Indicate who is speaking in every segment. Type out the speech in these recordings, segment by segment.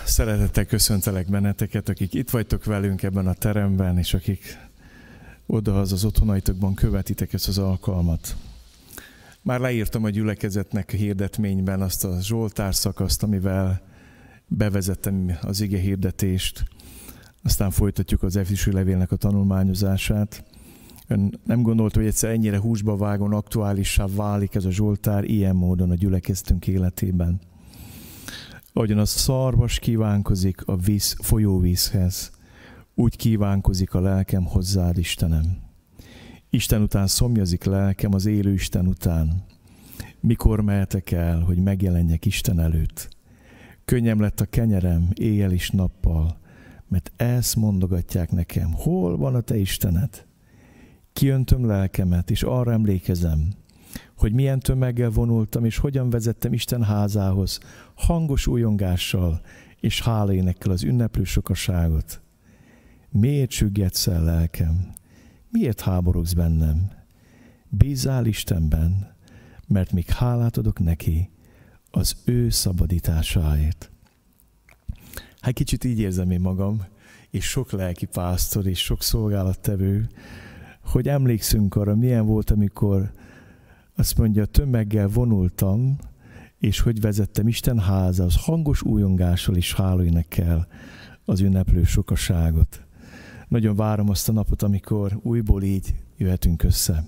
Speaker 1: Szeretettel köszöntelek benneteket, akik itt vagytok velünk ebben a teremben, és akik odahaza az otthonaitokban követitek ezt az alkalmat. Már leírtam a gyülekezetnek a hirdetményben azt a Zsoltár szakaszt, amivel bevezettem az ige hirdetést, aztán folytatjuk az Efézusi levélnek a tanulmányozását. Ön nem gondolt, hogy egyszer ennyire húsba vágón aktuálissá válik ez a Zsoltár ilyen módon a gyülekezetünk életében. Ahogyan a szarvas kívánkozik a folyóvízhez, úgy kívánkozik a lelkem hozzád, Istenem. Isten után szomjazik lelkem az élő Isten után. Mikor mehetek el, hogy megjelenjek Isten előtt? Könnyem lett a kenyerem éjjel és nappal, mert ezt mondogatják nekem. Hol van a te Istened? Kiöntöm lelkemet, és arra emlékezem, hogy milyen tömeggel vonultam, és hogyan vezettem Isten házához, hangos újongással és hálaénekkel az ünneplő sokaságot. Miért süggetsz el, lelkem? Miért háborogsz bennem? Bízzál Istenben, mert még hálát adok neki az ő szabadításáért. Hát kicsit így érzem én magam, és sok lelki pásztor, és sok szolgálattevő, hogy emlékszünk arra, milyen volt, amikor azt mondja, tömeggel vonultam, és hogy vezettem Isten házához, hangos újongással és hálaénekkel az ünneplő sokaságot. Nagyon várom azt a napot, amikor újból így jöhetünk össze.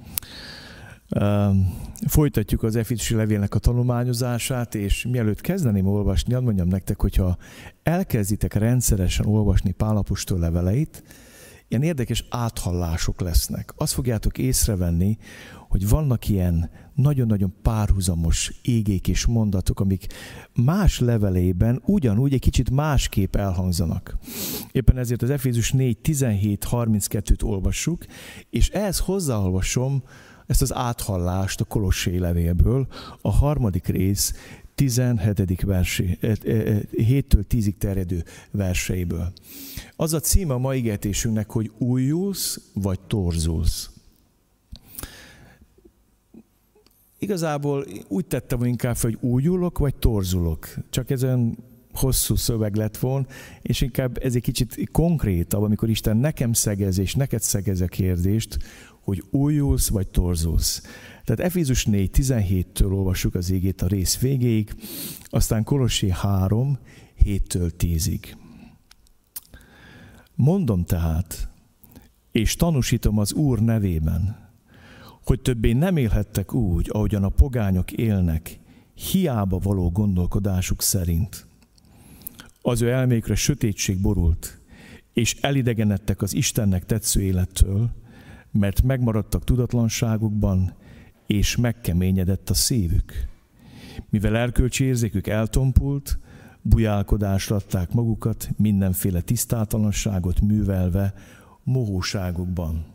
Speaker 1: Folytatjuk az Efézusi levélnek a tanulmányozását, és mielőtt kezdeném olvasni, hadd mondjam nektek, hogyha elkezditek rendszeresen olvasni Pál apostol leveleit, ilyen érdekes áthallások lesznek. Azt fogjátok észrevenni, hogy vannak ilyen nagyon-nagyon párhuzamos igék és mondatok, amik más levelében ugyanúgy egy kicsit másképp elhangzanak. Éppen ezért az Efézus 4:17-32-t olvassuk, és ehhez hozzáolvasom ezt az áthallást a Kolossé levélből, a harmadik rész 17. versé, 7-től 10-ig terjedő verseiből. Az a címe a mai igetésünknek, hogy újulsz vagy torzulsz. Igazából úgy tettem inkább fel, hogy újulok vagy torzulok. Csak ez olyan hosszú szöveg lett volna, és inkább ez egy kicsit konkrétabb, amikor Isten nekem szegez és neked szegez a kérdést, hogy újulsz vagy torzulsz. Tehát Efézus 4:17-től olvassuk az igét a rész végéig, aztán Kolossé 3:7-től 10-ig. Mondom tehát, és tanúsítom az Úr nevében, hogy többé nem élhettek úgy, ahogyan a pogányok élnek, hiába való gondolkodásuk szerint. Az ő elmékre sötétség borult, és elidegenedtek az Istennek tetsző élettől, mert megmaradtak tudatlanságukban, és megkeményedett a szívük. Mivel erkölcsi érzékük eltompult, bujálkodásra adták magukat, mindenféle tisztátalanságot művelve mohóságukban.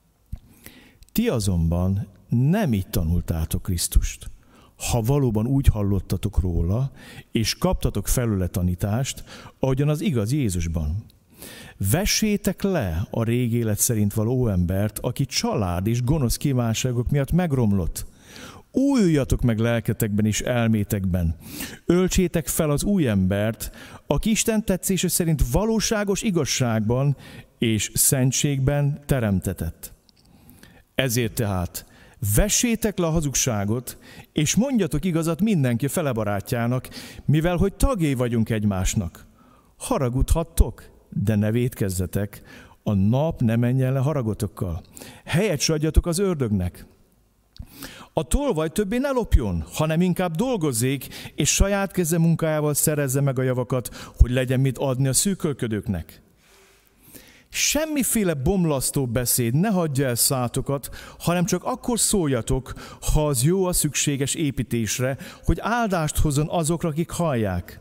Speaker 1: Ti azonban nem így tanultátok Krisztust. Ha valóban úgy hallottatok róla, és kaptatok felőle tanítást, ahogyan az igaz Jézusban. Vessétek le a régi élet szerint való embert, aki család és gonosz kívánságok miatt megromlott. Újuljatok meg lelketekben és elmétekben. Öltsétek fel az új embert, aki Isten tetszése szerint valóságos igazságban és szentségben teremtetett. Ezért tehát vessétek le a hazugságot, és mondjatok igazat mindenki fele barátjának, mivel hogy tagjai vagyunk egymásnak. Haragudhattok, de ne vétkezzetek, a nap ne menjen le haragotokkal. Helyet se adjatok az ördögnek. A tolvaj többé ne lopjon, hanem inkább dolgozzék, és saját keze munkájával szerezze meg a javakat, hogy legyen mit adni a szűkölködőknek. Semmiféle bomlasztó beszéd ne hagyja el szátokat, hanem csak akkor szóljatok, ha az jó a szükséges építésre, hogy áldást hozzon azokra, akik hallják.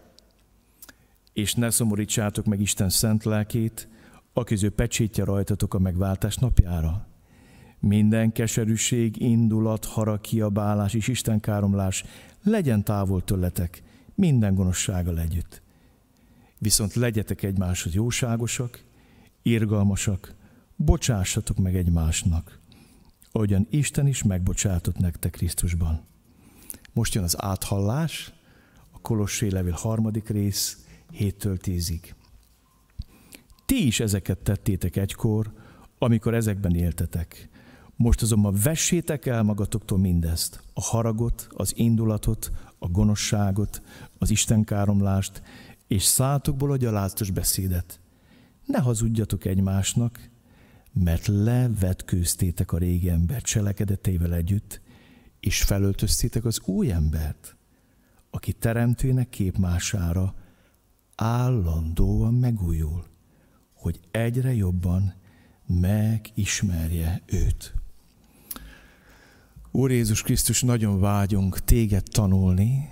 Speaker 1: És ne szomorítsátok meg Isten szent lelkét, aki az ő pecsétje rajtatok a megváltás napjára. Minden keserűség, indulat, harag, kiabálás és istenkáromlás legyen távol tőletek, minden gonoszsággal együtt. Viszont legyetek egymáshoz jóságosak, irgalmasak, bocsássatok meg egymásnak, ahogyan Isten is megbocsátott nektek Krisztusban. Most jön az áthallás, a Kolossé levél 3. rész 7-től 10-ig. Ti is ezeket tettétek egykor, amikor ezekben éltetek. Most azonban vessétek el magatoktól mindezt, a haragot, az indulatot, a gonoszságot, az istenkáromlást, és szátokból a gyalázatos beszédet. Ne hazudjatok egymásnak, mert levetkőztétek a régi ember cselekedeteivel együtt, és felöltöztétek az új embert, aki teremtőnek képmására állandóan megújul, hogy egyre jobban megismerje őt. Úr Jézus Krisztus, nagyon vágyunk téged tanulni,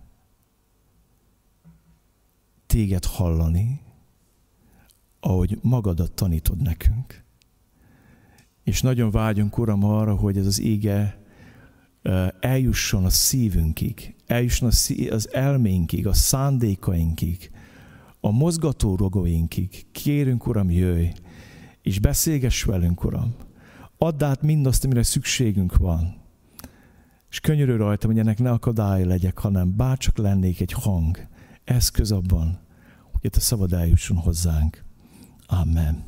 Speaker 1: téged hallani, ahogy magadat tanítod nekünk. És nagyon vágyunk, Uram, arra, hogy ez az ige eljusson a szívünkig, eljusson az elménkig, a szándékainkig, a mozgatórugóinkig. Kérünk, Uram, jöjj, és beszélgess velünk, Uram. Add át mindazt, amire szükségünk van. És könyörülj rajtam, hogy ennek ne akadály legyek, hanem bárcsak lennék egy hang, eszköz abban, hogy a szabad eljusson hozzánk. Amen.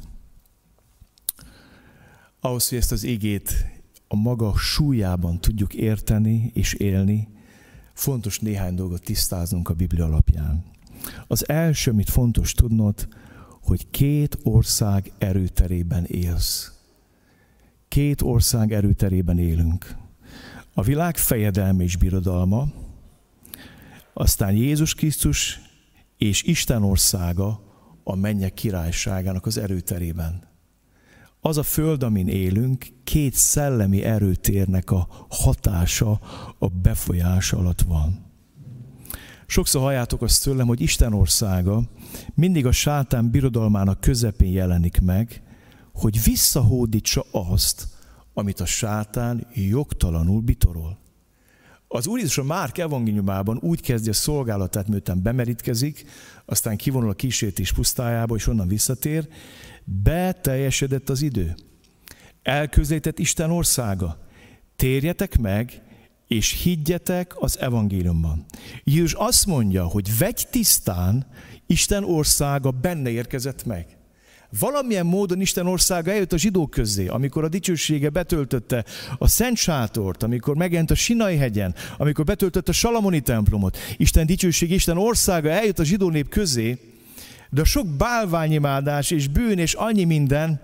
Speaker 1: Ahhoz, hogy ezt az igét a maga súlyában tudjuk érteni és élni, fontos néhány dolgot tisztáznunk a Biblia alapján. Az első, amit fontos tudnod, hogy 2 ország erőterében élsz. 2 ország erőterében élünk. A világ fejedelme és birodalma, aztán Jézus Krisztus és Isten országa a mennyek királyságának az erőterében. Az a föld, amin élünk, 2 szellemi erőtérnek a hatása, a befolyása alatt van. Sokszor halljátok azt tőlem, hogy Isten országa mindig a sátán birodalmának közepén jelenik meg, hogy visszahódítsa azt, amit a sátán jogtalanul bitorol. Az Úr Jézus a Márk evangéliumában úgy kezdi a szolgálatát, miután bemerítkezik, aztán kivonul a kísértés pusztájába, és onnan visszatér, beteljesedett az idő. Elközelített Isten országa. Térjetek meg, és higgyetek az evangéliumban. Jézus azt mondja, hogy vegyj tisztán, Isten országa benne érkezett meg. Valamilyen módon Isten országa eljött a zsidók közé, amikor a dicsősége betöltötte a Szent Sátort, amikor megjelent a Sinai hegyen, amikor betöltötte a Salamoni templomot. Isten dicsősége, Isten országa eljött a zsidó nép közé, de a sok bálványimádás és bűn és annyi minden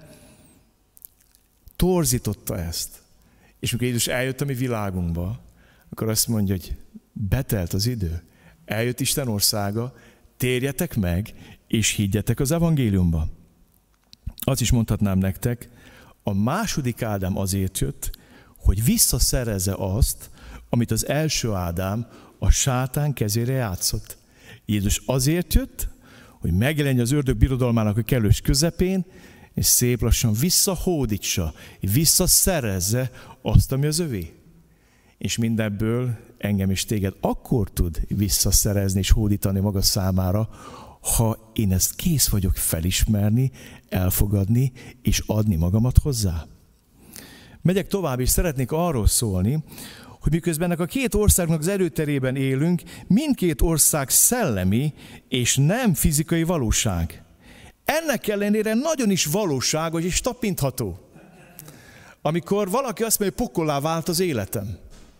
Speaker 1: torzította ezt. És amikor Jézus eljött a mi világunkba, akkor azt mondja, hogy betelt az idő. Eljött Isten országa, térjetek meg, és higgyetek az evangéliumba. Azt is mondhatnám nektek, a második Ádám azért jött, hogy visszaszerezze azt, amit az első Ádám a sátán kezére játszott. Jézus azért jött, hogy megjelenje az ördög birodalmának a kellős közepén, és szép lassan visszahódítsa, visszaszerezze azt, ami az övé. És mindebből engem és téged akkor tud visszaszerezni és hódítani maga számára, ha én ezt kész vagyok felismerni, elfogadni és adni magamat hozzá. Megyek tovább, és szeretnék arról szólni, hogy miközben ennek a 2 országnak az erőterében élünk, mindkét ország szellemi és nem fizikai valóság. Ennek ellenére nagyon is valóságos és tapintható. Amikor valaki azt mondja, hogy pokollá vált az életem.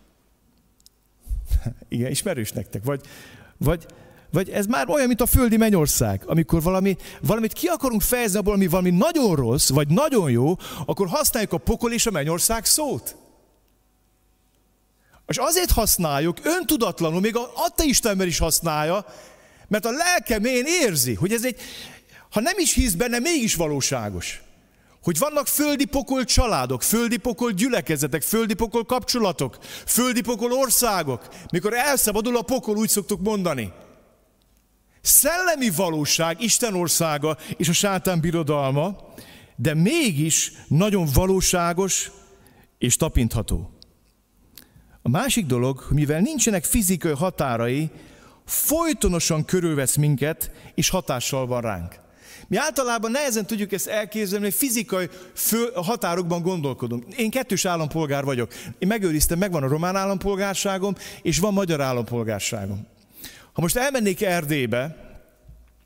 Speaker 1: Igen, ismerős nektek. Vagy ez már olyan, mint a földi mennyország. Amikor valamit ki akarunk fejezni abból, ami valami nagyon rossz, vagy nagyon jó, akkor használjuk a pokol és a mennyország szót. És azért használjuk, öntudatlanul, még a ateista ember is használja, mert a lelke mélyén érzi, hogy ez ha nem is hisz benne, mégis valóságos. Hogy vannak földi pokol családok, földi pokol gyülekezetek, földi pokol kapcsolatok, földi pokol országok. Mikor elszabadul a pokol, úgy szoktuk mondani. Szellemi valóság, Isten országa és a sátán birodalma, de mégis nagyon valóságos és tapintható. A másik dolog, mivel nincsenek fizikai határai, folytonosan körülvesz minket, és hatással van ránk. Mi általában nehezen tudjuk ezt elképzelni, hogy fizikai határokban gondolkodunk. Én 2 állampolgár vagyok. Én megőriztem, megvan a román állampolgárságom, és van magyar állampolgárságom. Ha most elmennék Erdélybe,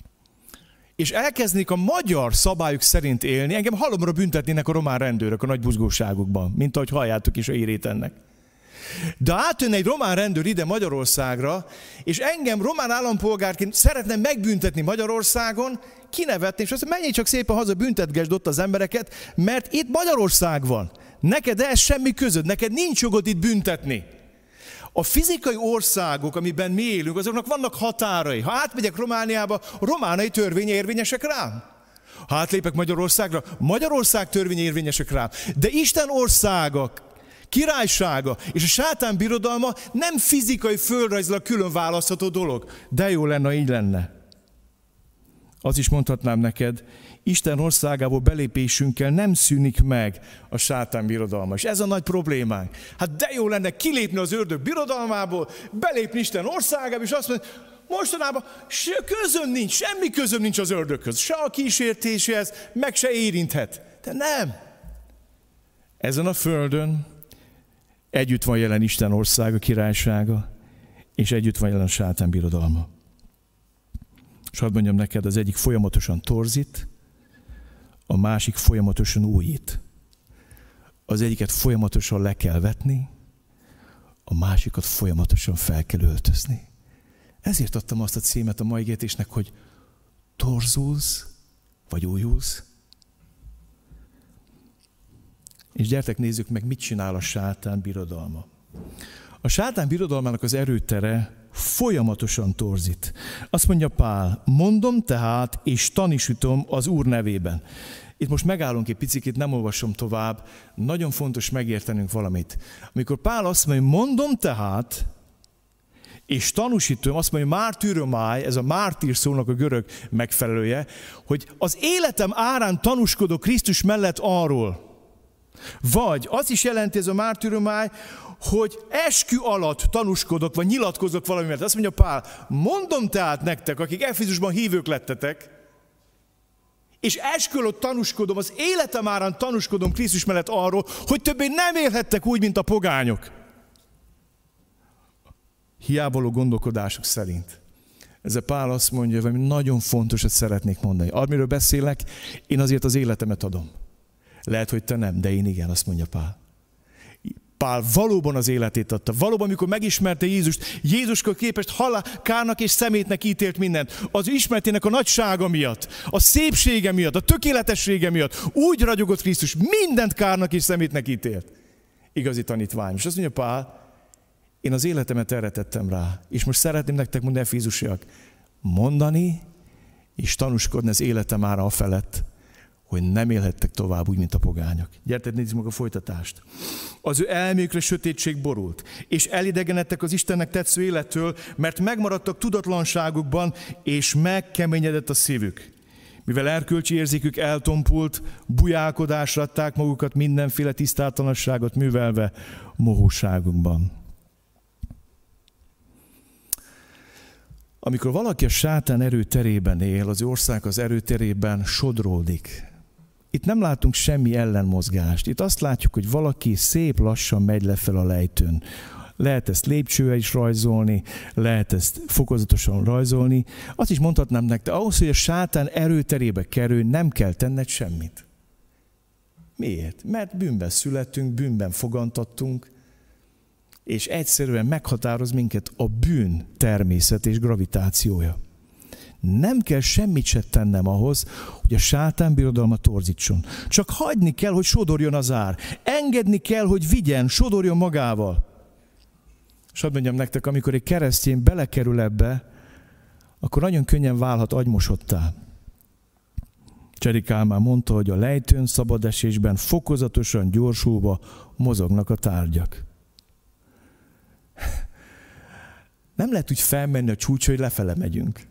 Speaker 1: és elkezdenék a magyar szabályok szerint élni, engem halomra büntetnének a román rendőrök a nagy buzgóságukban, mint ahogy halljátok is a hírét ennek. De átjönne egy román rendőr ide Magyarországra, és engem román állampolgárként szeretne megbüntetni Magyarországon, kinevetni, és azt mondja, menjél csak szépen haza, büntetgesd ott az embereket, mert itt Magyarország van. Neked ez semmi közöd, neked nincs jogod itt büntetni. A fizikai országok, amiben mi élünk, azoknak vannak határai. Ha átmegyek Romániába, a románai törvény érvényesek rám. Ha átlépek Magyarországra, Magyarország törvény érvényesek rám. De Isten országa, királysága és a sátán birodalma nem fizikai földrajzilag külön választható dolog. De jó lenne, így lenne. Az is mondhatnám neked, Isten országából belépésünkkel nem szűnik meg a sátán birodalma. És ez a nagy problémánk. Hát de jó lenne kilépni az ördög birodalmából, belépni Isten országába, és azt mondani, mostanában közöm nincs, semmi közöm nincs az ördöghöz. Se a kísértéshez, meg se érinthet. De nem. Ezen a földön együtt van jelen Isten országa, királysága, és együtt van jelen a sátán birodalma. És hadd mondjam neked, az egyik folyamatosan torzít, a másik folyamatosan újít. Az egyiket folyamatosan le kell vetni, a másikat folyamatosan fel kell öltözni. Ezért adtam azt a címet a mai igétésnek, hogy torzulsz, vagy újulsz. És gyertek, nézzük meg, mit csinál a sátán birodalma. A sátán birodalmának az erőtere folyamatosan torzít. Azt mondja Pál, mondom tehát, és tanúsítom az Úr nevében. Itt most megállunk egy picit, nem olvasom tovább. Nagyon fontos megértenünk valamit. Amikor Pál azt mondja, mondom tehát, és tanúsítom, azt mondja, mártűrömáj, ez a mártír szónak a görög megfelelője, hogy az életem árán tanúskodok Krisztus mellett arról. Vagy az is jelenti ez a mártűrömáj, hogy eskü alatt tanúskodok, vagy nyilatkozok valami, mert azt mondja Pál, mondom tehát nektek, akik Efézusban hívők lettetek, és eskü alatt tanúskodom, az életem árán tanúskodom Krisztus mellett arról, hogy többé nem élhettek úgy, mint a pogányok. Hiábaló gondolkodások szerint. Ez a Pál azt mondja, hogy nagyon fontosat szeretnék mondani. Amiről beszélek, én azért az életemet adom. Lehet, hogy te nem, de én igen, azt mondja Pál. Pál valóban az életét adta. Valóban, amikor megismerte Jézust, Jézuskor képest kárnak és szemétnek ítélt mindent. Az ismeretének a nagysága miatt, a szépsége miatt, a tökéletessége miatt úgy ragyogott Krisztus, mindent kárnak és szemétnek ítélt. Igazi tanítvány. És azt mondja Pál, én az életemet erre tettem rá. És most szeretném nektek mondani, Efézusiak, mondani és tanúskodni az életem ára afelett, hogy nem élhettek tovább úgy, mint a pogányok. Gyertek, nézzük meg a folytatást. Az ő elméjükre sötétség borult, és elidegenedtek az Istennek tetsző élettől, mert megmaradtak tudatlanságukban, és megkeményedett a szívük. Mivel erkölcsi érzékük eltompult, bujálkodásra adták magukat mindenféle tisztátalanságot művelve mohóságukban. Amikor valaki a sátán erőterében él, az ország az erőterében sodródik. Itt nem látunk semmi ellenmozgást. Itt azt látjuk, hogy valaki szép lassan megy lefel a lejtőn. Lehet ezt lépcsővel is rajzolni, lehet ezt fokozatosan rajzolni. Azt is mondhatnám nektek, ahhoz, hogy a sátán erőterébe kerül, nem kell tenned semmit. Miért? Mert bűnben születtünk, bűnben fogantattunk, és egyszerűen meghatároz minket a bűn természet és gravitációja. Nem kell semmit se tennem ahhoz, hogy a sátán birodalma torzítson. Csak hagyni kell, hogy sodorjon az ár. Engedni kell, hogy vigyen, sodorjon magával. És hadd mondjam nektek, amikor egy keresztény belekerül ebbe, akkor nagyon könnyen válhat agymosottá. Cseri Kálmán mondta, hogy a lejtőn szabad esésben fokozatosan gyorsulva mozognak a tárgyak. Nem lehet úgy felmenni a csúcsra, hogy lefele megyünk.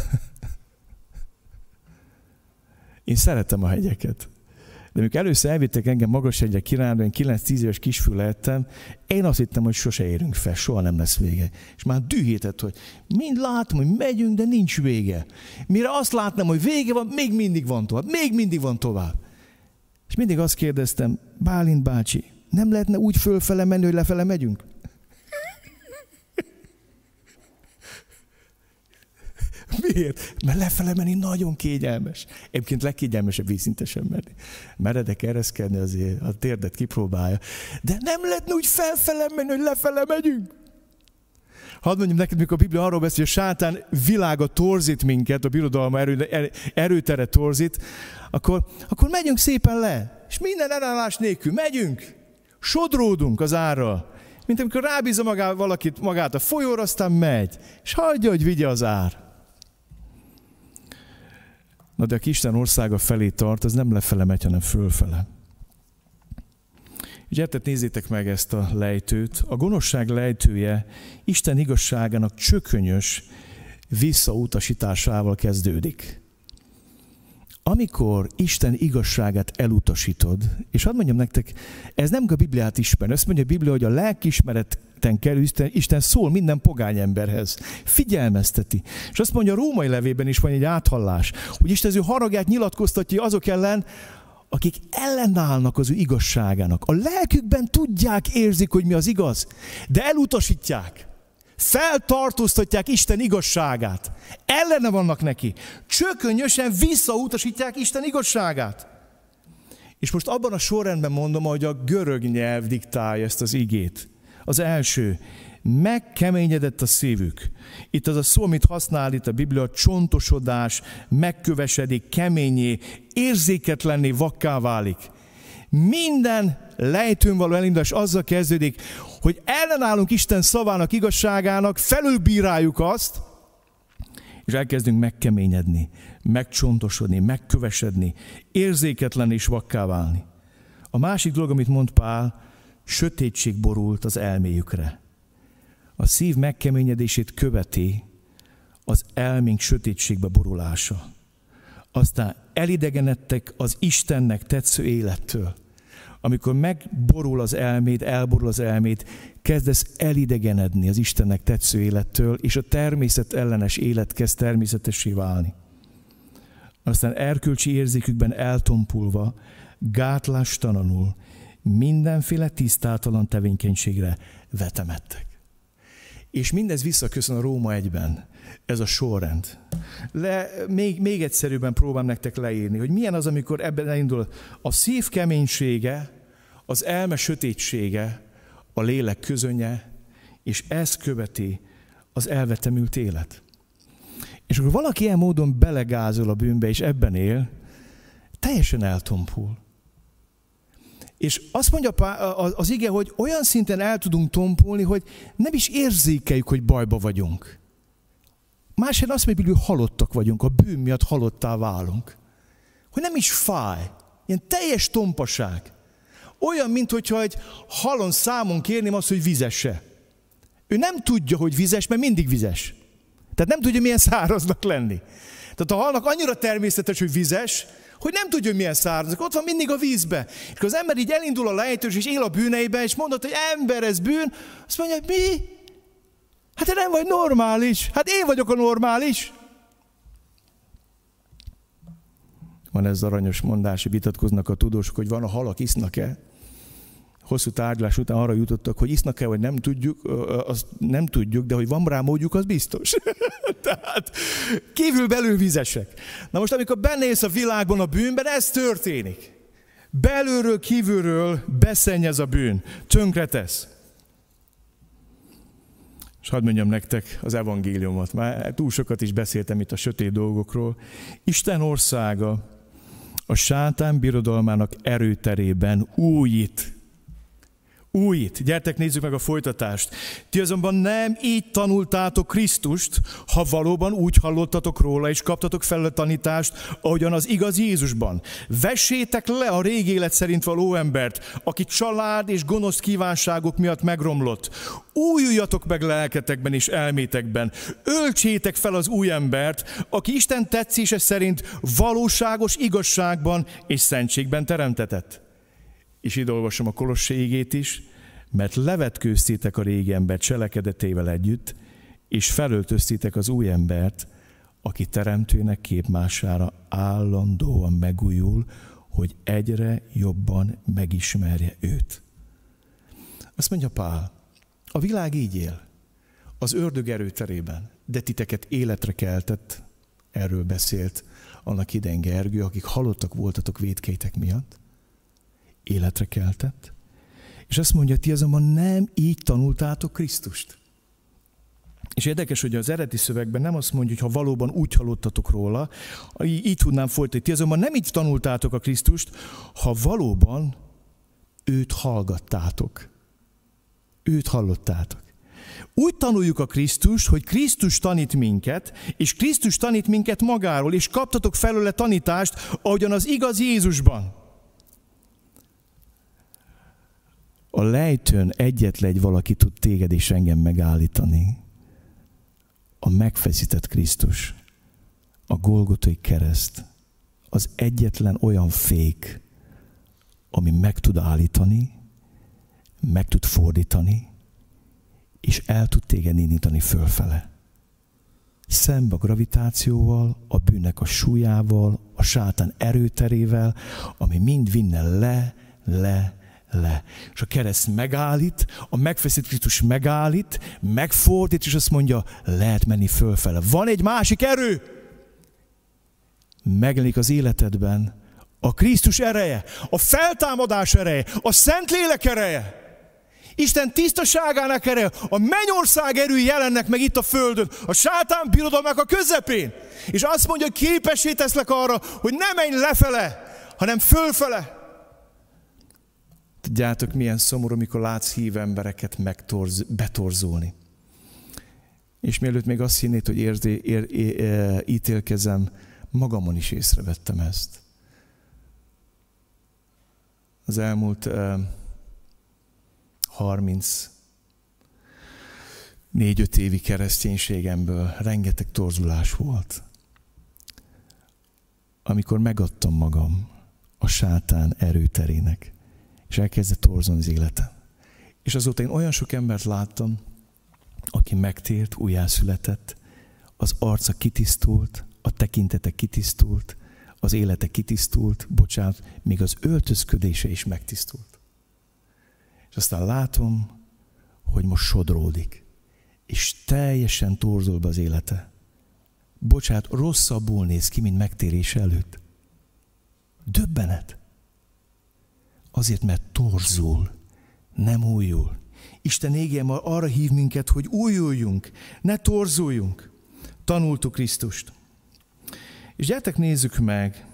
Speaker 1: Én szeretem a hegyeket. De amikor először elvittek engem Magashegyre kirándulni, 9-10 éves kisfiú lehettem, én azt hittem, hogy sose érünk fel, soha nem lesz vége. És már dühített, hogy mind látom, hogy megyünk, de nincs vége. Mire azt látnám, hogy vége van, még mindig van tovább, még mindig van tovább. És mindig azt kérdeztem, Bálint bácsi, nem lehetne úgy fölfele menni, hogy lefele megyünk? Miért? Mert lefele menni nagyon kényelmes. Egyébként legkényelmesebb vízszintesen menni. Meredek ereszkedni, azért a térdet kipróbálja. De nem lehetne úgy felfele menni, hogy lefele megyünk. Hadd mondjam neked, mikor a Biblia arról beszél, hogy a sátán világa torzít minket, a birodalma erőtere torzít, akkor megyünk szépen le. És minden elállás nélkül megyünk. Sodródunk az árral. Mint amikor rábízza magát a folyóra, aztán megy. És hagyja, hogy vigye az ár. Na de aki Isten országa felé tart, az nem lefele megy, hanem fölfele. Gyertek, nézzétek meg ezt a lejtőt. A gonoszság lejtője Isten igazságának csökönyös visszautasításával kezdődik. Amikor Isten igazságát elutasítod, és hadd mondjam nektek, ez nem a Bibliát ismer, azt mondja a Biblia, hogy a lelkiismereten kerül Isten szól minden pogány emberhez, figyelmezteti. És azt mondja, a római levében is van egy áthallás, hogy Isten az ő haragját nyilatkoztatja azok ellen, akik ellenállnak az ő igazságának. A lelkükben tudják, érzik, hogy mi az igaz, de elutasítják. Feltartóztatják Isten igazságát. Ellene vannak neki. Csökönyösen visszautasítják Isten igazságát. És most abban a sorrendben mondom, hogy a görög nyelv diktálja ezt az igét. Az első, megkeményedett a szívük. Itt az a szó, amit használ itt a Biblia, csontosodás, megkövesedik, keményé, érzéketlenné, vakká válik. Minden lejtőn való elindulás azzal kezdődik, hogy ellenállunk Isten szavának, igazságának, felülbíráljuk azt, és elkezdünk megkeményedni, megcsontosodni, megkövesedni, érzéketlen és vakká válni. A másik dolog, amit mond Pál, sötétség borult az elméjükre. A szív megkeményedését követi az elménk sötétségbe borulása. Aztán elidegenedtek az Istennek tetsző élettől. Amikor megborul az elméd, elborul az elméd, kezdesz elidegenedni az Istennek tetsző élettől, és a természet ellenes élet kezd természetessé válni. Aztán erkölcsi érzékükben eltompulva, gátlástalanul mindenféle tisztátalan tevékenységre vetemedtek. És mindez visszaköszön a Róma 1-ben. Ez a sorrend. Még egyszerűbben próbálom nektek leírni, hogy milyen az, amikor ebben elindul a szív keménysége, az elme sötétsége, a lélek közönye, és ez követi az elvetemült élet. És akkor valaki ilyen módon belegázol a bűnbe, és ebben él, teljesen eltompul. És azt mondja az ige, hogy olyan szinten el tudunk tompulni, hogy nem is érzékeljük, hogy bajba vagyunk. Másrészt azt mondja, hogy halottak vagyunk, a bűn miatt halottá válunk. Hogy nem is fáj. Ilyen teljes tompaság. Olyan, mintha egy halon számon kérném azt, hogy vizesse. Ő nem tudja, hogy vizes, mert mindig vizes. Tehát nem tudja, milyen száraznak lenni. Tehát a halnak annyira természetes, hogy vizes, hogy nem tudja, hogy milyen száraznak. Ott van mindig a vízbe. És akkor az ember így elindul a lejtős, és él a bűneiben, és mondod, hogy ember, ez bűn. Azt mondja, mi? Hát te nem vagy normális. Hát én vagyok a normális. Van ez aranyos mondás, hogy vitatkoznak a tudósok, hogy van a halak, isznak-e. Hosszú tárgyalás után arra jutottak, hogy isznak-e, vagy nem tudjuk, azt nem tudjuk, de hogy van rá módjuk, az biztos. Tehát kívül-belül vizesek. Na most, amikor benéz a világban a bűnben, ez történik. Belülről, kívülről beszennyez a bűn, tönkretesz. És hadd mondjam nektek az evangéliumot. Már túl sokat is beszéltem itt a sötét dolgokról. Isten országa a sátán birodalmának erőterében újít. Gyertek, nézzük meg a folytatást. Ti azonban nem így tanultátok Krisztust, ha valóban úgy hallottatok róla, és kaptatok fel a tanítást, ahogyan az igaz Jézusban. Vessétek le a régi élet szerint való embert, aki család és gonosz kívánságok miatt megromlott. Újuljatok meg lelketekben és elmétekben. Öltsétek fel az új embert, aki Isten tetszése szerint valóságos igazságban és szentségben teremtetett. És így olvasom a Kolossé igét is, mert levetkőztétek a régi embert cselekedetével együtt, és felöltöztétek az új embert, aki teremtőnek képmására állandóan megújul, hogy egyre jobban megismerje őt. Azt mondja Pál, a világ így él, az ördög erőterében, de titeket életre keltett Erről beszélt annak idején Gergő, akik halottak voltatok vétkeitek miatt. Életre keltett. És azt mondja, ti azonban nem így tanultátok Krisztust. És érdekes, hogy az eredeti szövegben nem azt mondja, hogy ha valóban úgy hallottatok róla, így tudnám folytatni. Ti azonban nem így tanultátok a Krisztust, ha valóban őt hallgattátok. Őt hallottátok. Úgy tanuljuk a Krisztust, hogy Krisztus tanít minket, és Krisztus tanít minket magáról, és kaptatok felőle tanítást, ahogyan az igaz Jézusban. A lejtőn egyetlen egy valaki tud téged és engem megállítani. A megfeszített Krisztus, a Golgotai kereszt, az egyetlen olyan fék, ami meg tud állítani, meg tud fordítani, és el tud téged indítani fölfele. Szembe a gravitációval, a bűnnek a súlyával, a sátán erőterével, ami mind vinne le. És a kereszt megállít, a megfeszített Krisztus megállít, megfordít, és azt mondja, lehet menni fölfele. Van egy másik erő! Megjelenik az életedben a Krisztus ereje, a feltámadás ereje, a Szentlélek ereje, Isten tisztaságának ereje, a mennyország erői jelennek meg itt a földön, a sátán birodalmának a közepén. És azt mondja, képessé teszlek arra, hogy ne menj lefele, hanem fölfele. Tudjátok, milyen szomorú, amikor látsz hív embereket betorzulni. És mielőtt még azt hinnéd, hogy ítélkezem, magamon is észrevettem ezt. Az elmúlt 34-5 évi kereszténységemből rengeteg torzulás volt. Amikor megadtam magam a sátán erőterének, és elkezdett torzulni az életem. És azóta én olyan sok embert láttam, aki megtért, újjászületett, az arca kitisztult, a tekintete kitisztult, az élete kitisztult, bocsánat, még az öltözködése is megtisztult. És aztán látom, hogy most sodródik, és teljesen torzul be az élete. Bocsánat, rosszabbul néz ki, mint megtérése előtt. Döbbenet. Azért, mert torzul, nem újul. Isten ége ma arra hív minket, hogy újuljunk, ne torzuljunk. Tanultuk Krisztust. És gyertek nézzük meg,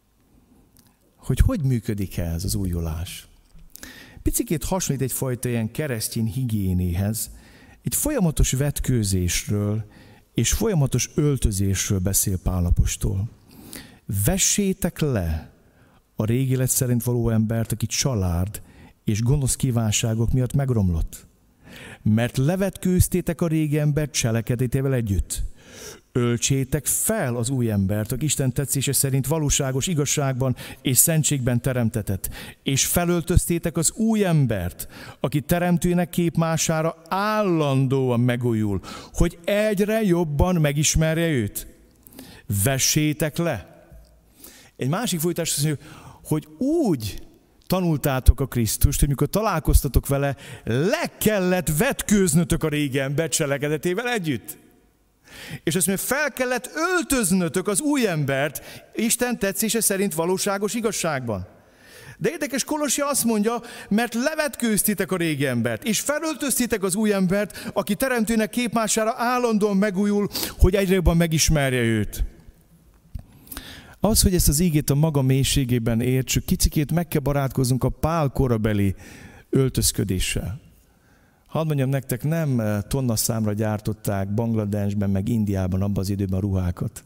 Speaker 1: hogy működik ez az újulás. Picikét hasonlít egyfajta ilyen keresztény higiénéhez, egy folyamatos vetkőzésről és folyamatos öltözésről beszél Pál apostol. Vessétek le a régi élet szerint való embert, aki család és gonosz kívánságok miatt megromlott. Mert levetkőztétek a régi embert cselekedetével együtt. Öltsétek fel az új embert, aki Isten tetszése szerint valóságos igazságban és szentségben teremtetett. És felöltöztétek az új embert, aki teremtőnek képmására állandóan megújul, hogy egyre jobban megismerje őt. Vessétek le. Egy másik folytás azt mondja, hogy úgy tanultátok a Krisztust, hogy mikor találkoztatok vele, le kellett vetkőznötök a régi ember cselekedetével együtt. És azt mondja, fel kellett öltöznötök az új embert Isten tetszése szerint valóságos igazságban. De érdekes, Kolossi azt mondja, mert levetkőztétek a régi embert, és felöltöztétek az új embert, aki teremtőnek képmására állandóan megújul, hogy egyre jobban megismerje őt. Az, hogy ezt az ígét a maga mélységében értsük, kicsikét meg kell barátkoznunk a Pál korabeli öltözködéssel. Hadd mondjam nektek, nem tonnaszámra gyártották Bangladesben, meg Indiában abban az időben a ruhákat,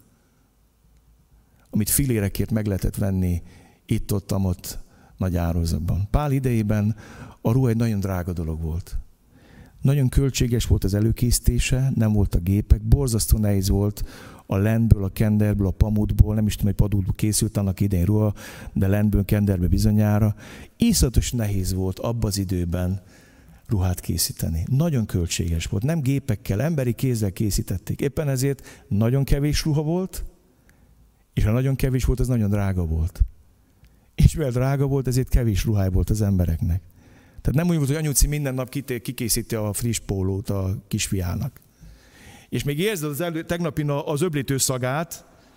Speaker 1: amit filérekért meg lehetett venni itt-ott nagy áruházakban. Pál idejében a ruha egy nagyon drága dolog volt. Nagyon költséges volt az előkészítése, nem voltak gépek, borzasztó nehéz volt a lenből, a kenderből, a pamutból, nem is tudom, hogy padútból készült annak idején ruha, de lenből, kenderbe bizonyára. Iszonyatos nehéz volt abban az időben ruhát készíteni. Nagyon költséges volt. Nem gépekkel, emberi kézzel készítették. Éppen ezért nagyon kevés ruha volt, és ha nagyon kevés volt, az nagyon drága volt. És mivel drága volt, ezért kevés ruhája volt az embereknek. Tehát nem úgy volt, hogy anyuci minden nap kikészíti a friss pólót a kisfiának. És még érzed tegnapi az öblítő szagát,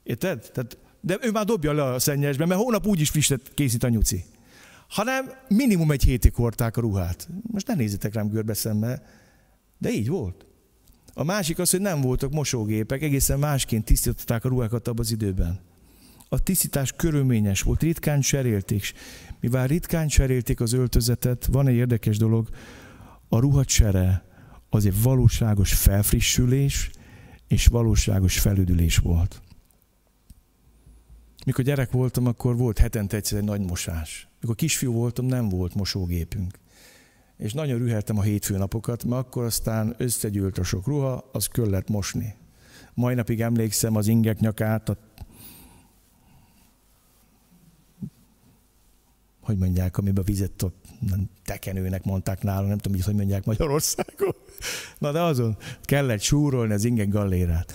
Speaker 1: Érted? De ő már dobja le a szennyesbe, mert hónap úgyis frisset készít a nyuci. Hanem minimum egy hétig hordták a ruhát. Most ne nézzétek rám görbe szemmel, de így volt. A másik az, hogy nem voltak mosógépek, egészen másként tisztították a ruhákat abban az időben. A tisztítás körülményes volt, ritkán cserélték. Mivel ritkán cserélték az öltözetet, van egy érdekes dolog, a ruhacsere az egy valóságos felfrissülés és valóságos felüdülés volt. Mikor gyerek voltam, akkor volt hetente egyszer egy nagy mosás. Mikor kisfiú voltam, nem volt mosógépünk. És nagyon rüheltem a hétfőnapokat, mert akkor aztán összegyűlt a sok ruha, az kellett mosni. Mai napig emlékszem az ingek nyakát, hogy mondják, amiben a vizet tekenőnek mondták nála, nem tudom, hogy mondják Magyarországon. Na de azon kellett súrolni az ingek gallérát.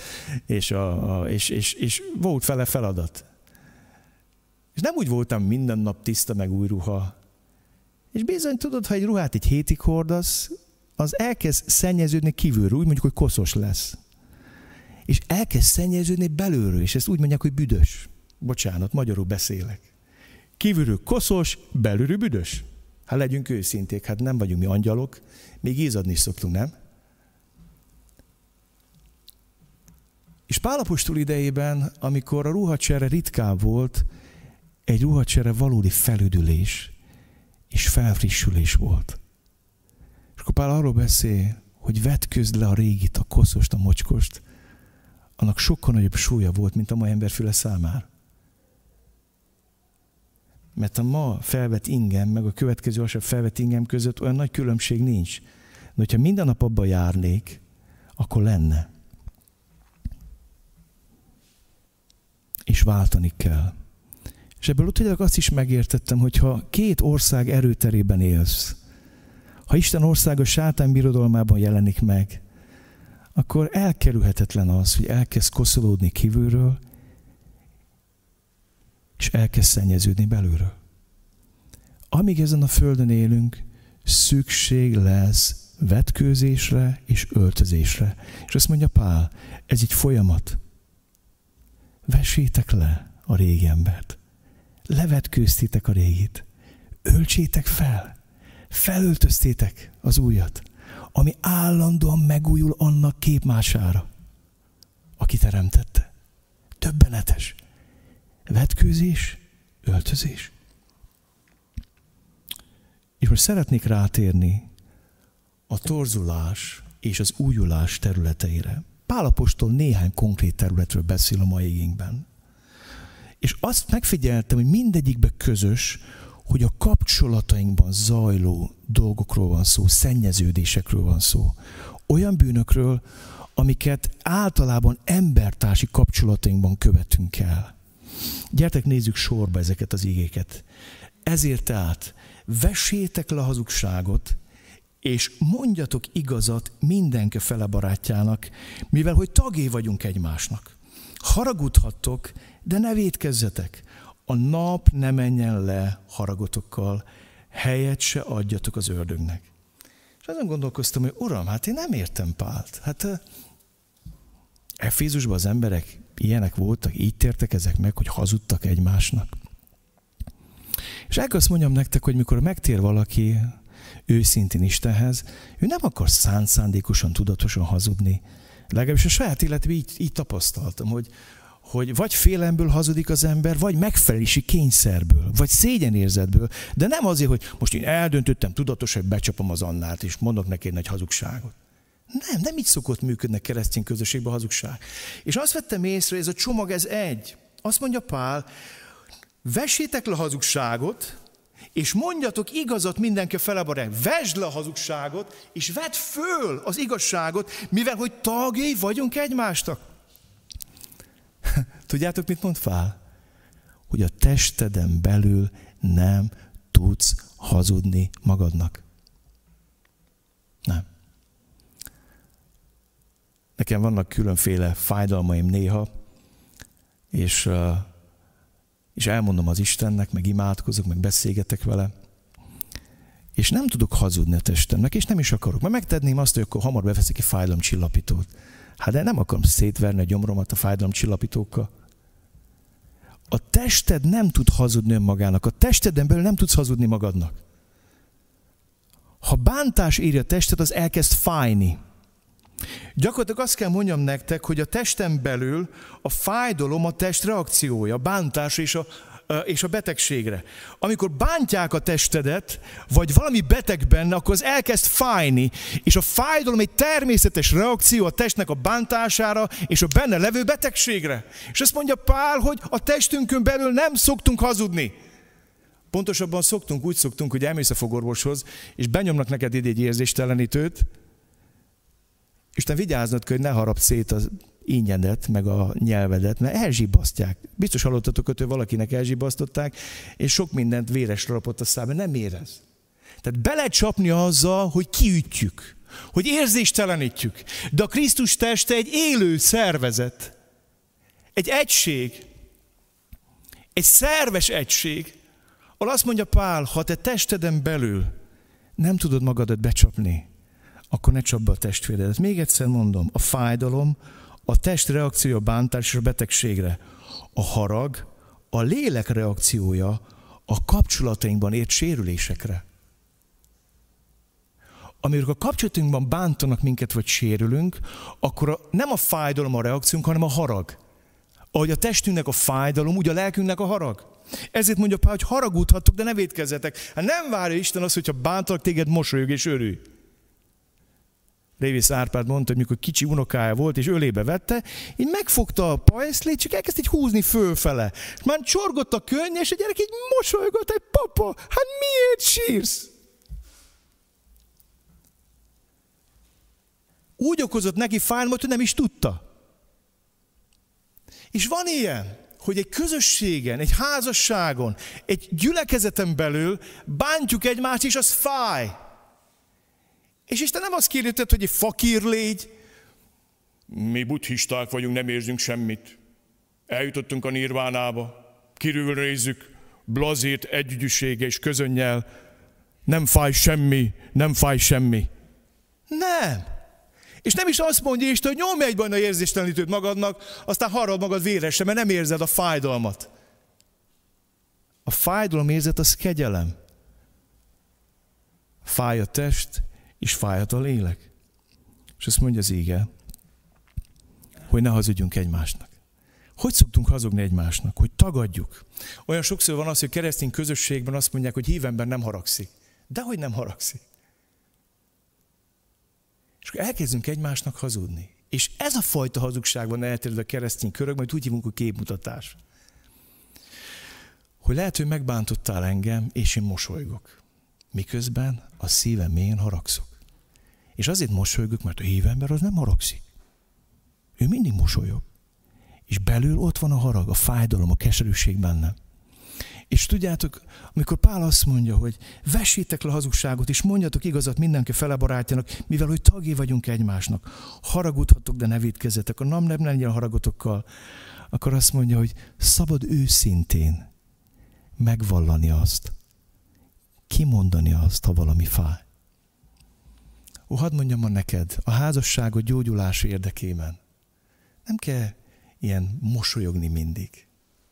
Speaker 1: És volt fele feladat. És nem úgy voltam minden nap tiszta meg új ruha. És bizony tudod, ha egy ruhát egy hétig hordasz, az elkezd szennyeződni kívülről, úgy mondjuk, hogy koszos lesz. És elkezd szennyeződni belülről, és ezt úgy mondják, hogy büdös. Bocsánat, magyarul beszélek. Kívülről koszos, belülről büdös. Hát legyünk őszinték, hát nem vagyunk mi angyalok, még ízadni is szoktunk, nem? És Pál apostol idejében, amikor a ruhacsere ritkább volt, egy ruhacsere valódi felüdülés és felfrissülés volt. És akkor Pál arról beszél, hogy vetközd le a régit, a koszost, a mocskost, annak sokkal nagyobb súlya volt, mint a mai emberfüle számára. Mert a ma felvett ingem, meg a következő vasárnap felvett ingem között olyan nagy különbség nincs. De hogyha minden nap abba járnék, akkor lenne. És váltani kell. És ebből utólag azt is megértettem, hogy ha két ország erőterében élsz, ha Isten országa sátán birodalmában jelenik meg, akkor elkerülhetetlen az, hogy elkezd koszolódni kívülről, és elkezd szennyeződni belülről. Amíg ezen a földön élünk, szükség lesz vetkőzésre és öltözésre. És azt mondja Pál, ez egy folyamat. Vessétek le a régi embert. Levetkőztétek a régit. Öltsétek fel. Felöltöztétek az újat, ami állandóan megújul annak képmására, aki teremtette. Döbbenetes. Vetkőzés, öltözés. És most szeretnék rátérni a torzulás és az újulás területeire. Pál apostol néhány konkrét területről beszél a mai igénkben. És azt megfigyeltem, hogy mindegyikben közös, hogy a kapcsolatainkban zajló dolgokról van szó, szennyeződésekről van szó. Olyan bűnökről, amiket általában embertársi kapcsolatainkban követünk el. Gyertek, nézzük sorba ezeket az igéket. Ezért tehát vessétek le a hazugságot, és mondjatok igazat mindenki fele barátjának, mivel hogy tagjai vagyunk egymásnak. Haragudhattok, de ne vétkezzetek. A nap ne menjen le haragotokkal, helyet se adjatok az ördögnek. És azon gondolkoztam, hogy Uram, hát én nem értem Pált. Hát Efézusban az emberek ilyenek voltak, így tértek ezek meg, hogy hazudtak egymásnak. És el azt mondjam nektek, hogy mikor megtér valaki őszintén Istenhez, ő nem akar szándékosan, tudatosan hazudni. Legalábbis a saját életben így tapasztaltam, hogy vagy félelemből hazudik az ember, vagy megfelelési kényszerből, vagy szégyenérzetből, de nem azért, hogy most én eldöntöttem tudatosan, hogy becsapom az Annát, és mondok neki egy nagy hazugságot. Nem így szokott működni keresztény közösségben a hazugság. És azt vettem észre, hogy ez a csomag, ez egy. Azt mondja Pál, vessétek le a hazugságot, és mondjatok igazat mindenki felebarán. Vesd le a hazugságot, és vedd föl az igazságot, mivel hogy tagjai vagyunk egymásnak. Tudjátok, mit mond Pál? Hogy a testeden belül nem tudsz hazudni magadnak. Nem. Nekem vannak különféle fájdalmaim néha, és elmondom az Istennek, meg imádkozok, meg beszélgetek vele, és nem tudok hazudni a testemnek, és nem is akarok. Mert megtenném azt, hogy akkor hamar beveszek egy fájdalomcsillapítót. Hát de nem akarom szétverni a gyomromat a fájdalomcsillapítókkal. A tested nem tud hazudni önmagának. A testeden belül nem tudsz hazudni magadnak. Ha bántás éri a tested, az elkezd fájni. Gyakorlatilag azt kell mondjam nektek, hogy a testen belül a fájdalom a test reakciója, a bántás és a betegségre. Amikor bántják a testedet, vagy valami beteg benne, akkor az elkezd fájni, és a fájdalom egy természetes reakció a testnek a bántására és a benne levő betegségre. És azt mondja Pál, hogy a testünkön belül nem szoktunk hazudni. Pontosabban úgy szoktunk, hogy elmész a fogorvoshoz, és benyomnak neked ide egy érzéstelenítőt, és te vigyáznod kell, hogy ne harapd szét az ínnyedet, meg a nyelvedet, mert elzsibasztják. Biztos hallottatok, hogy valakinek elzsibasztották, és sok mindent véresre rapott a szába, nem érez. Tehát bele csapni azzal, hogy kiütjük, hogy érzéstelenítjük. De a Krisztus teste egy élő szervezet, egy egység, egy szerves egység, ahol azt mondja Pál, ha te testeden belül nem tudod magadat becsapni, akkor ne csapd be a testvéredet. Még egyszer mondom, a fájdalom, a test reakciója a bántás és a betegségre. A harag, a lélek reakciója a kapcsolatainkban ért sérülésekre. Amikor a kapcsolatunkban bántanak minket, vagy sérülünk, akkor nem a fájdalom a reakciónk, hanem a harag. Ahogy a testünknek a fájdalom, úgy a lelkünknek a harag. Ezért mondja Pál, hogy haragudhattok, de ne vétkezzetek. Hát nem várja Isten azt, hogyha bántalak téged, mosolyog és örülj. Révész Árpád mondta, hogy mikor kicsi unokája volt, és ölébe vette, így megfogta a pajszlét, csak elkezdte így húzni fölfele. És már csorgott a könny, és a gyerek így mosolygott, hogy papa, hát miért sírsz? Úgy okozott neki fájdalmat, hogy nem is tudta. És van ilyen, hogy egy közösségen, egy házasságon, egy gyülekezeten belül bántjuk egymást, és az fáj. És Isten nem azt kéri, hogy egy fakír légy. Mi buddhisták vagyunk, nem érzünk semmit. Eljutottunk a nirvánába, kirülrézzük, blazét, együgyűsége és közönnyel. Nem fáj semmi, nem fáj semmi. Nem. És nem is azt mondja Isten, hogy nyomj egyben a érzéstelenítőt magadnak, aztán harrad magad véresre, mert nem érzed a fájdalmat. A fájdalom érzet az kegyelem. Fáj a test, és fájhat a lélek. És azt mondja az íge, hogy ne hazudjunk egymásnak. Hogy szoktunk hazudni egymásnak? Hogy tagadjuk. Olyan sokszor van az, hogy keresztény közösségben azt mondják, hogy hív ember nem haragszik. Dehogy nem haragszik. És akkor elkezdünk egymásnak hazudni. És ez a fajta hazugság van elterjedve a keresztény körökben, majd úgy hívunk, hogy képmutatás. Hogy lehet, hogy megbántottál engem, és én mosolygok. Miközben a szívem mélyén haragszok. És azért mosolygok, mert a hívember az nem haragszik. Ő mindig mosolyog. És belül ott van a harag, a fájdalom, a keserűség bennem. És tudjátok, amikor Pál azt mondja, hogy vessétek le a hazugságot, és mondjatok igazat mindenki fele barátjának, mivel hogy tagjai vagyunk egymásnak. Haragudhatok, de ne vétkezzetek. A nem legyen haragotokkal. Akkor azt mondja, hogy szabad őszintén megvallani azt. Kimondani azt, ha valami fáj. Hadd mondjam ma neked, a házasságot gyógyulása érdekében nem kell ilyen mosolyogni mindig.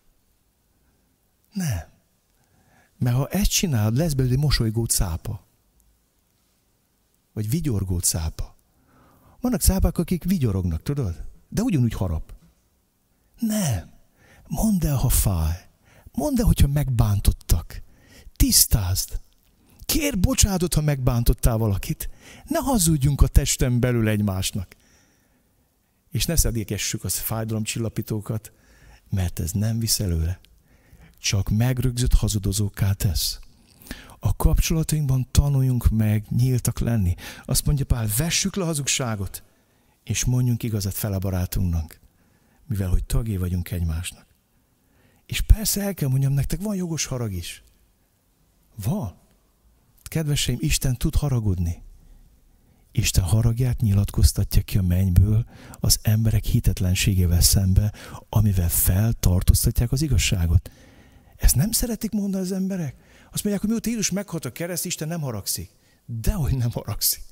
Speaker 1: Nem. Mert ha ezt csinálod, lesz belőle mosolygó cápa. Vagy vigyorgó cápa. Vannak cápák, akik vigyorognak, tudod? De ugyanúgy harap. Nem. Mondd el, ha fáj. Mondd el, hogyha megbántottak. Tisztázd. Kérj bocsánatot, ha megbántottál valakit. Ne hazudjunk a testen belül egymásnak. És ne szedékessük a fájdalomcsillapítókat, mert ez nem visz előre. Csak megrögzött hazudozókká tesz. A kapcsolatainkban tanuljunk meg nyíltak lenni. Azt mondja Pál, vessük le a hazugságot, és mondjunk igazat fel a barátunknak, mivel hogy tagjai vagyunk egymásnak. És persze el kell mondjam nektek, van jogos harag is. Van. Kedveseim, Isten tud haragudni. Isten haragját nyilatkoztatja ki a mennyből az emberek hitetlenségével szembe, amivel feltartóztatják az igazságot. Ezt nem szeretik mondani az emberek? Azt mondják, hogy mióta Jézus meghalt a kereszt, Isten nem haragszik. Dehogy nem haragszik.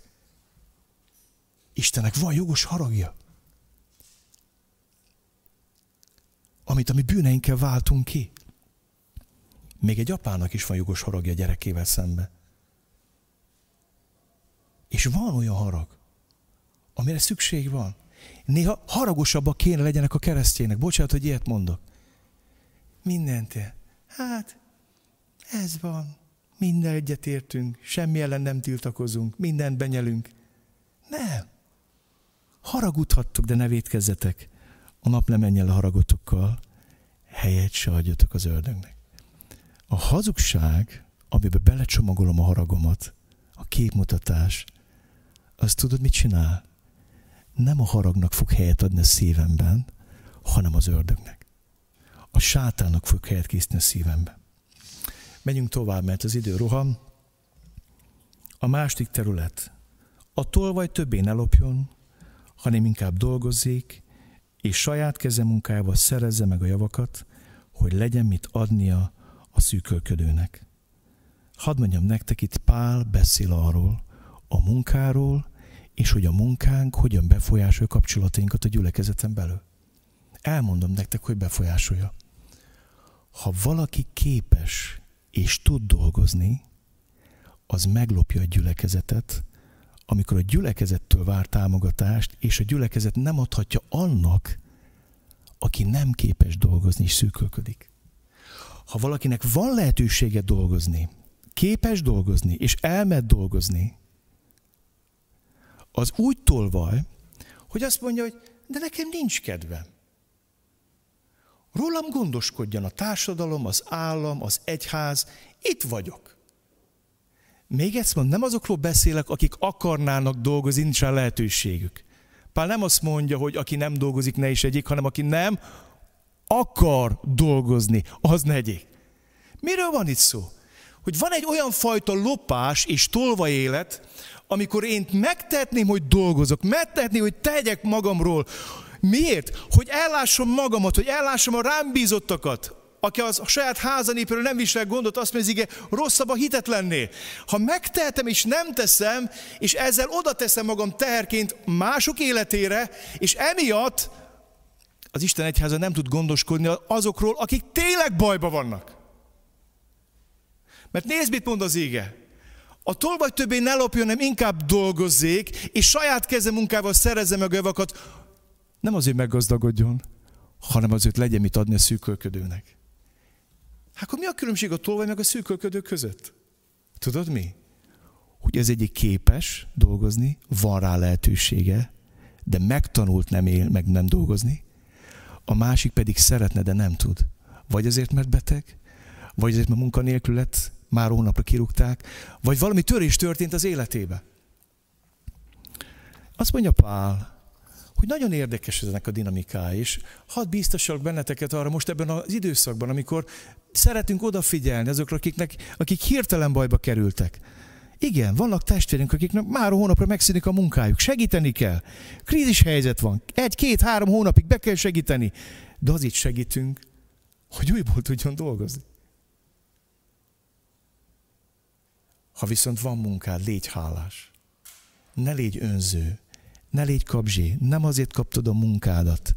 Speaker 1: Istennek van jogos haragja. amit a mi bűneinkkel váltunk ki. Még egy apának is van jogos haragja a gyerekével szembe. És van olyan harag, amire szükség van. Néha haragosabbak kéne legyenek a keresztjének. Bocsánat, hogy ilyet mondok. Mindent. Hát, ez van. Minden egyetértünk, semmi ellen nem tiltakozunk, mindent benyelünk. Nem. Haragudhattok, de ne vétkezzetek. A nap nem menjen le haragotokkal, helyet se adjatok az ördögnek. A hazugság, amiben belecsomagolom a haragomat, a képmutatás, azt tudod, mit csinál? Nem a haragnak fog helyet adni a szívemben, hanem az ördögnek. A sátánnak fog helyet készíteni a szívemben. Menjünk tovább, mert az idő roham. A második terület. A tolvaj többé ne lopjon, hanem inkább dolgozzék, és saját kezemunkával szerezze meg a javakat, hogy legyen mit adnia a szűkölködőnek. Hadd mondjam nektek, itt Pál beszél arról, a munkáról, és hogy a munkánk hogyan befolyásolja kapcsolatainkat a gyülekezeten belül. Elmondom nektek, hogy befolyásolja. Ha valaki képes és tud dolgozni, az meglopja a gyülekezetet, amikor a gyülekezettől vár támogatást, és a gyülekezet nem adhatja annak, aki nem képes dolgozni és szűkölködik. Ha valakinek van lehetősége dolgozni, képes dolgozni, és elmegy dolgozni, az úgy tolvaj, hogy azt mondja, hogy de nekem nincs kedvem. Rólam gondoskodjon a társadalom, az állam, az egyház, itt vagyok. Még egyszer mondom, nem azokról beszélek, akik akarnának dolgozni, nincs rá lehetőségük. Pál nem azt mondja, hogy aki nem dolgozik, ne is egyik, hanem aki nem akar dolgozni, az ne egyik. Miről van itt szó? Hogy van egy olyan fajta lopás és tolvaj élet, amikor én megtehetném, hogy dolgozok, megtehetném, hogy tegyek magamról. Miért? Hogy ellássam magamat, hogy ellássam a rám bízottakat. Aki a saját házanépéről nem visel gondot, azt mondja, igen, rosszabb a hitetlennél. Ha megtehetem és nem teszem, és ezzel oda teszem magam teherként mások életére, és emiatt az Isten egyháza nem tud gondoskodni azokról, akik tényleg bajba vannak. Mert nézd, mit mond az ige. A tolvaj többé ne lopjon, hanem inkább dolgozzék, és saját kezemunkával szerezze meg a javakat, nem azért meggazdagodjon, hanem azért legyen mit adni a szűkölködőnek. Hát akkor mi a különbség a tolvaj meg a szűkölködő között? Tudod mi? Hogy ez egyik képes dolgozni, van rá lehetősége, de megtanult nem dolgozni, a másik pedig szeretne, de nem tud. Vagy azért, mert beteg, vagy azért, mert munkanélkül lett, már hónapra kirúgták, vagy valami törés történt az életébe. Azt mondja Pál, hogy nagyon érdekes ennek a dinamikája, és hadd bíztassalak benneteket arra most ebben az időszakban, amikor szeretünk odafigyelni azokra, akik hirtelen bajba kerültek. Igen, vannak testvérünk, akiknek már hónapra megszűnik a munkájuk, segíteni kell. Krízis helyzet van, 1-2-3 hónapig be kell segíteni, de az itt segítünk, hogy újból tudjon dolgozni. Ha viszont van munkád, légy hálás. Ne légy önző. Ne légy kapzsé. Nem azért kaptad a munkádat,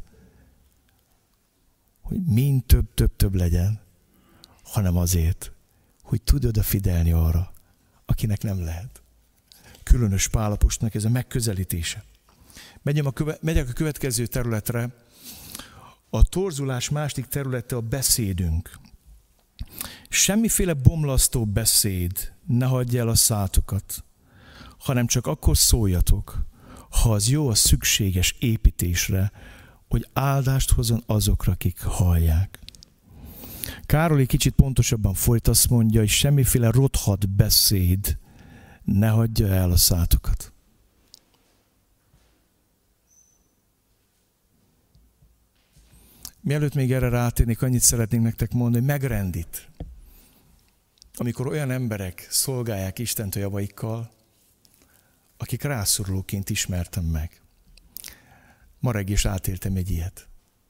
Speaker 1: hogy mind több legyen, hanem azért, hogy tudj odafigyelni arra, akinek nem lehet. Különös Pál apostolnak ez a megközelítése. Megyek a következő területre. A torzulás második területe a beszédünk. Semmiféle bomlasztó beszéd ne hagyja el a szátokat, hanem csak akkor szóljatok, ha az jó a szükséges építésre, hogy áldást hozzon azokra, akik hallják. Károly kicsit pontosabban folyt, azt mondja, hogy semmiféle rothadt beszéd ne hagyja el a szátokat. Mielőtt még erre rátérnék, annyit szeretnénk nektek mondani, hogy megrendít, amikor olyan emberek szolgálják Istent a javaikkal, akik rászorulóként ismertem meg. Ma reggel is átéltem egy ilyet.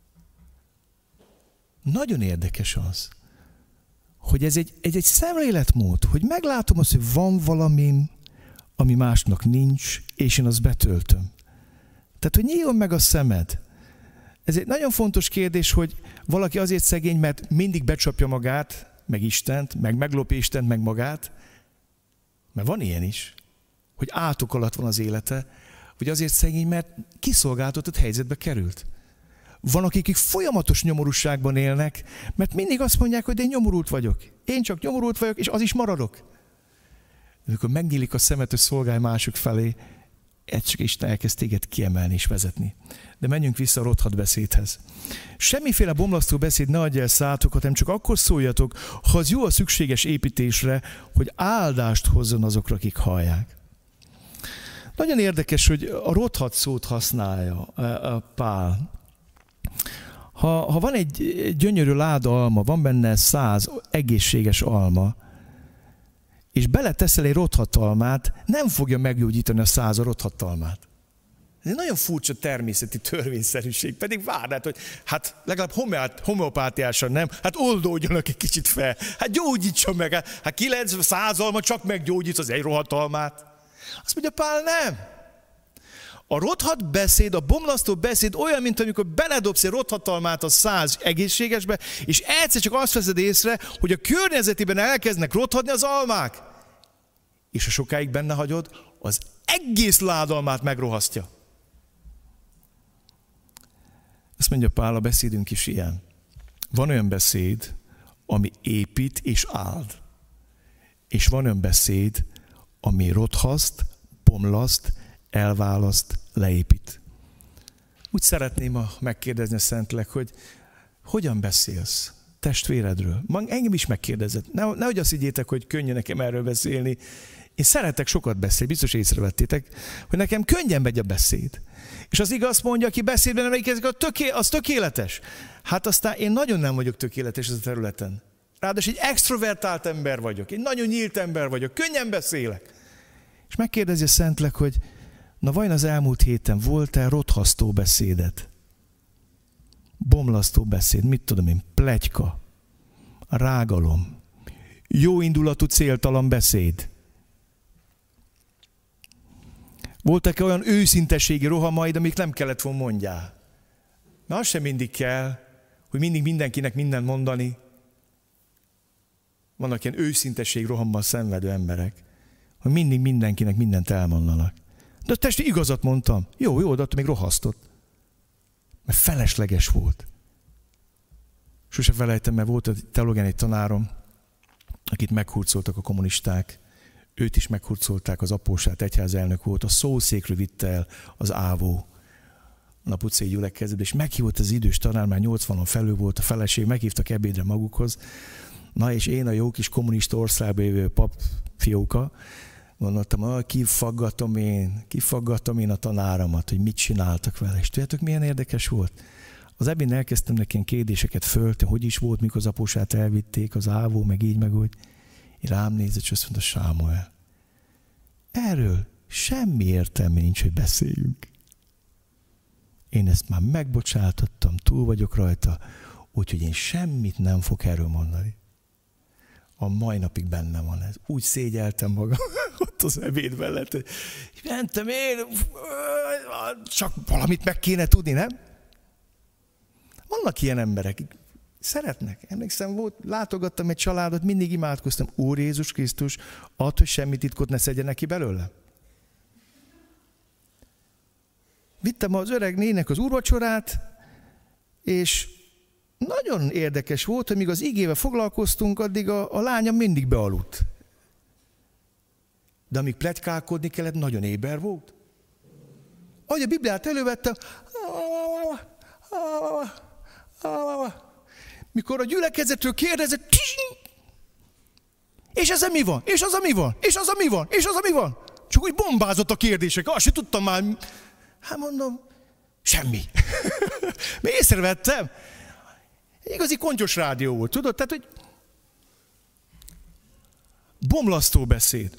Speaker 1: Nagyon érdekes az, hogy ez egy szemléletmód, hogy meglátom azt, hogy van valamim, ami másnak nincs, és én azt betöltöm. Tehát, hogy nyíljon meg a szemed. Ez egy nagyon fontos kérdés, hogy valaki azért szegény, mert mindig becsapja magát, meg Istent, meg meglopja Istent, meg magát, mert van ilyen is, hogy átok alatt van az élete, vagy azért szegény, mert kiszolgáltatott helyzetbe került. Van, akik folyamatos nyomorúságban élnek, mert mindig azt mondják, hogy én nyomorult vagyok. Én csak nyomorult vagyok, és az is maradok. Amikor megnyílik a szemed, hogy szolgálj mások felé, ez csak Isten elkezd téged kiemelni és vezetni. De menjünk vissza a rothadt beszédhez. Semmiféle bomlasztó beszéd ne adja el szátokat, hanem csak akkor szóljatok, ha az jó a szükséges építésre, hogy áldást hozzon azokra, akik hallják. Nagyon érdekes, hogy a rothadt szót használja a Pál. Ha van egy gyönyörű láda alma, van benne 100 egészséges alma, és beleteszel egy rothadt almát, nem fogja meggyógyítani a 100 rothadt almát. Ez egy nagyon furcsa természeti törvényszerűség, pedig várnád, hogy hát legalább homeopátiásan nem, hát oldódjanak egy kicsit fel, hát gyógyítson meg, hát 900 alma csak meggyógyít az egy rohadt almát. Azt mondja Pál, nem. A rothadt beszéd, a bomlasztó beszéd olyan, mint amikor beledobsz egy rothadt almát a 100 egészségesbe, és egyszer csak azt veszed észre, hogy a környezetében elkezdnek rothadni az almák. És ha sokáig benne hagyod, az egész ládalmát megrohasztja. Azt mondja Pál, a beszédünk is ilyen. Van olyan beszéd, ami épít és áld. És van olyan beszéd, ami rothaszt, bomlaszt, elválaszt, leépít. Úgy szeretném megkérdezni a Szentlélek, hogy hogyan beszélsz testvéredről? Engem is megkérdezett. Nehogy azt higgyétek, hogy könnyű nekem erről beszélni. Én szeretek sokat beszélni, biztos észrevettétek, hogy nekem könnyen megy a beszéd. És az igaz mondja, aki beszédben emlékezik, az tökéletes. Hát aztán én nagyon nem vagyok tökéletes ezen a területen. Ráadásul egy extrovertált ember vagyok, egy nagyon nyílt ember vagyok, könnyen beszélek. És megkérdezi a Szentlélek, hogy na vajon az elmúlt héten volt-e rothasztó beszédet? Bomlasztó beszéd, mit tudom én, pletyka, rágalom, jóindulatú céltalan beszéd. Voltak-e olyan őszinteségi rohamaid, amik nem kellett volna mondjál? Mert az sem mindig kell, hogy mindig mindenkinek mindent mondani. Vannak ilyen őszintesség rohammal szenvedő emberek, hogy mindig mindenkinek mindent elmondanak. De a testi igazat mondtam. Jó, de attól még rohasztott. Mert felesleges volt. Sose felejtem, mert volt a teológián egy tanárom, akit meghurcoltak a kommunisták. Őt is meghurcolták, az apósát, egyházelnök volt, a szószékről vitte el az ávó a Nap utcai gyülekezetbe, és meghívott az idős tanár, már 80-on felül volt, a feleség, meghívtak ebédre magukhoz. Na és én, a jó kis kommunista országba jövő papfióka, gondoltam, kifaggatom én a tanáramat, hogy mit csináltak vele. És tudjátok, milyen érdekes volt? Az ebén elkezdtem neki kérdéseket föltenni, hogy is volt, mikor az apósát elvitték, az ávó, meg így, meg úgy. Én rám nézett, és azt mondta, Sámuel, erről semmi értelme nincs, hogy beszéljünk. Én ezt már megbocsátottam, túl vagyok rajta, úgyhogy én semmit nem fog erről mondani. A mai napig benne van ez. Úgy szégyeltem magam ott az ebéd mellett. Mentem én, csak valamit meg kéne tudni, nem? Vannak ilyen emberek, szeretnek. Emlékszem, látogattam egy családot, mindig imádkoztam. Úr Jézus Krisztus, add, hogy semmi titkot ne szedjenek ki belőle. Vittem az öreg nének az úrvacsorát, és nagyon érdekes volt, hogy míg az igével foglalkoztunk, addig a lányom mindig bealudt. De amíg pletykálkodni kellett, nagyon éber volt. Ahogy a Bibliát elővettem, mikor a gyülekezetről kérdezett, és ez mi van? És az a mi van? És az a mi van? És az a mi van? Csak úgy bombázott a kérdések, azt se tudtam már. Hát mondom, semmi. Mert észrevettem. Igazi kontyos rádió volt, tudod? Tehát, hogy bomlasztó beszéd.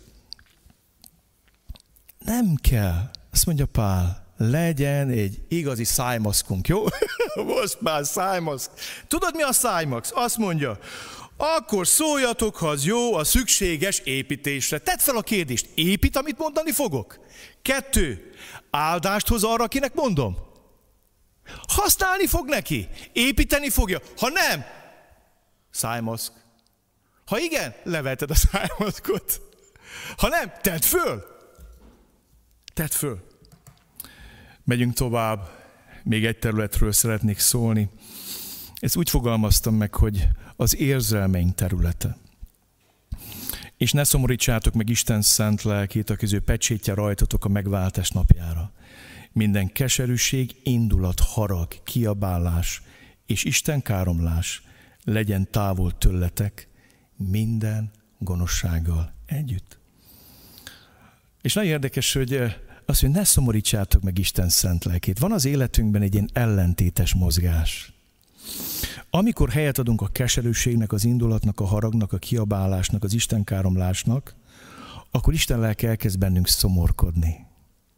Speaker 1: Nem kell, azt mondja Pál, legyen egy igazi szájmaszkunk, jó? Most már szájmaszk. Tudod, mi a szájmaszk? Azt mondja, akkor szóljatok, ha az jó a szükséges építésre. Tedd fel a kérdést, épít, amit mondani fogok? 2. Áldást hoz arra, akinek mondom. Ha használni fog neki, építeni fogja. Ha nem, szájmaszk. Ha igen, leveted a szájmaszkot. Ha nem, tedd föl. Tedd föl. Megyünk tovább. Még egy területről szeretnék szólni. Ezt úgy fogalmaztam meg, hogy az érzelmeink területe. És ne szomorítsátok meg Isten szent lelkét, aki az ő pecsétje rajtatok a megváltás napjára. Minden keserűség, indulat, harag, kiabálás és Isten káromlás legyen távol tőletek minden gonoszsággal együtt. És nagyon érdekes, hogy azt mondja, ne szomorítsátok meg Isten szent lelkét. Van az életünkben egy ilyen ellentétes mozgás. Amikor helyet adunk a keserűségnek, az indulatnak, a haragnak, a kiabálásnak, az Isten káromlásnak, akkor Isten lelke elkezd bennünk szomorkodni.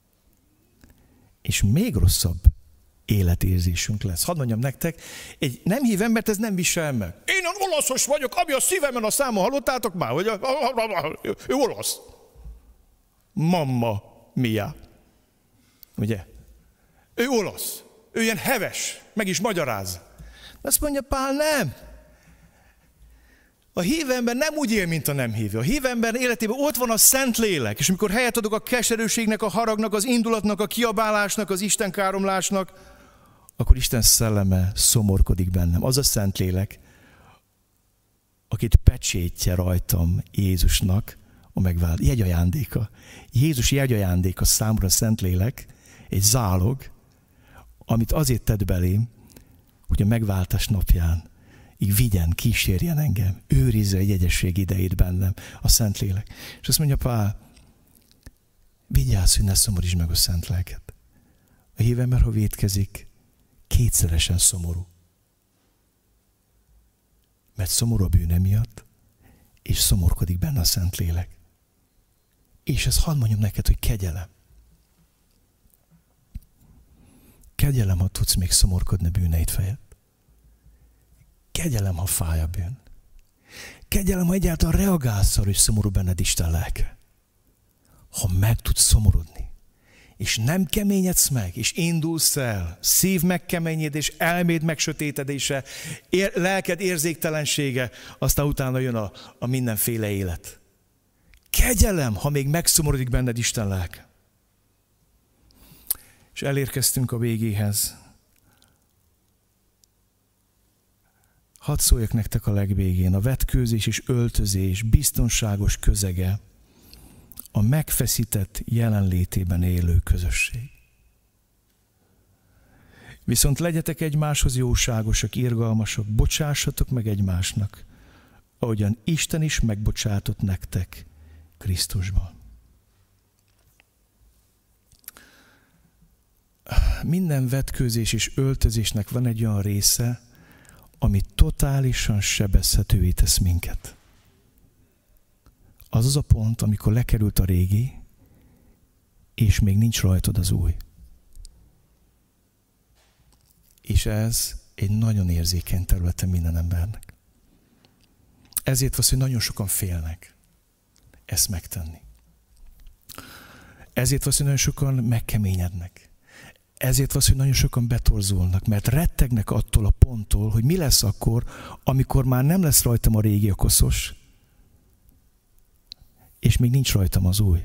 Speaker 1: És még rosszabb életérzésünk lesz. Hadd mondjam nektek, egy nem hív embert ez nem visel meg. Én olaszos vagyok, ami a szívemen a száma, hallottátok már, hogy ő olasz. Mamma mia. Ugye? Ő olasz. Ő ilyen heves, meg is magyaráz. De azt mondja Pál, nem. A hívő ember nem úgy él, mint a nem hívő. A hívő ember életében ott van a Szent Lélek, és amikor helyet adok a keserűségnek, a haragnak, az indulatnak, a kiabálásnak, az Isten káromlásnak, akkor Isten szelleme szomorkodik bennem. Az a Szent Lélek, akit pecsétje rajtam Jézusnak a megvált jegyajándéka. Jézus jegyajándéka számomra a Szent Lélek, egy zálog, amit azért tett belém, hogy a megváltás napján így vigyen, kísérjen engem, őrizze a jegyesség idejét bennem a Szentlélek. És azt mondja Pál, vigyázz, hogy ne szomorítsd meg a Szent Lelket. A hívő ember, ha vétkezik, kétszeresen szomorú. Mert szomorú a bűne miatt, és szomorkodik benne a Szentlélek. És ezt hadd mondjam neked, hogy kegyelem. Kegyelem, ha tudsz még szomorkodni a bűneid fejett. Kegyelem, ha fáj a bűn. Kegyelem, ha egyáltalán reagálsz arra, hogy szomorú benned Isten lelke. Ha meg tudsz szomorodni, és nem keményedsz meg, és indulsz el, szív megkeményedés, elméd megsötétedése, lelked érzéktelensége, aztán utána jön a mindenféle élet. Kegyelem, ha még megszomorodik benned Isten lelke. És elérkeztünk a végéhez. Hadd szóljak nektek a legvégén. A vetkőzés és öltözés biztonságos közege a megfeszített jelenlétében élő közösség. Viszont legyetek egymáshoz jóságosak, irgalmasak, bocsássatok meg egymásnak, ahogyan Isten is megbocsátott nektek Krisztusban. Minden vetkőzés és öltözésnek van egy olyan része, ami totálisan sebezhetővé tesz minket. Az az a pont, amikor lekerült a régi, és még nincs rajtad az új. És ez egy nagyon érzékeny területe minden embernek. Ezért van, hogy nagyon sokan félnek ezt megtenni. Ezért van, hogy nagyon sokan megkeményednek. Ezért van, hogy nagyon sokan betorzulnak, mert rettegnek attól a ponttól, hogy mi lesz akkor, amikor már nem lesz rajtam a régi a koszos, és még nincs rajtam az új.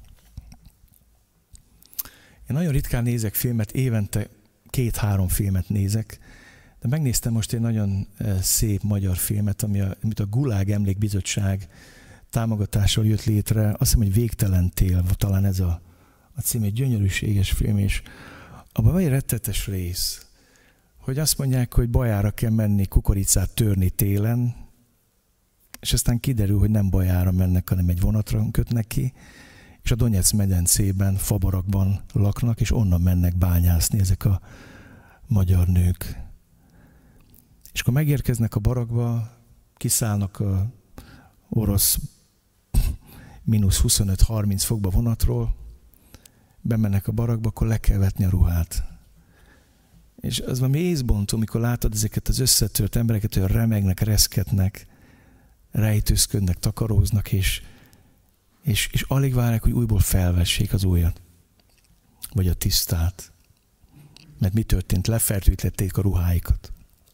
Speaker 1: Én nagyon ritkán nézek filmet, évente 2-3 filmet nézek, de megnéztem most egy nagyon szép magyar filmet, amit a Gulág Emlékbizottság támogatással jött létre. Azt hiszem, hogy Végtelen tél, talán ez a cím, egy gyönyörűséges film, és abban van egy rettetes rész, hogy azt mondják, hogy Bajára kell menni kukoricát törni télen, és aztán kiderül, hogy nem Bajára mennek, hanem egy vonatra kötnek ki, és a Donetsz medencében, fabarakban laknak, és onnan mennek bányászni ezek a magyar nők. És akkor megérkeznek a barakba, kiszállnak a orosz mínusz 25-30 fokba vonatról, bemennek a barakba, akkor le kell vetni a ruhát. És az valami észbontó, amikor látod ezeket az összetört embereket, hogy remegnek, reszketnek, rejtőzködnek, takaróznak, és alig várják, hogy újból felvessék az újat, vagy a tisztát. Mert mi történt? Lefertőtlették a ruháikat.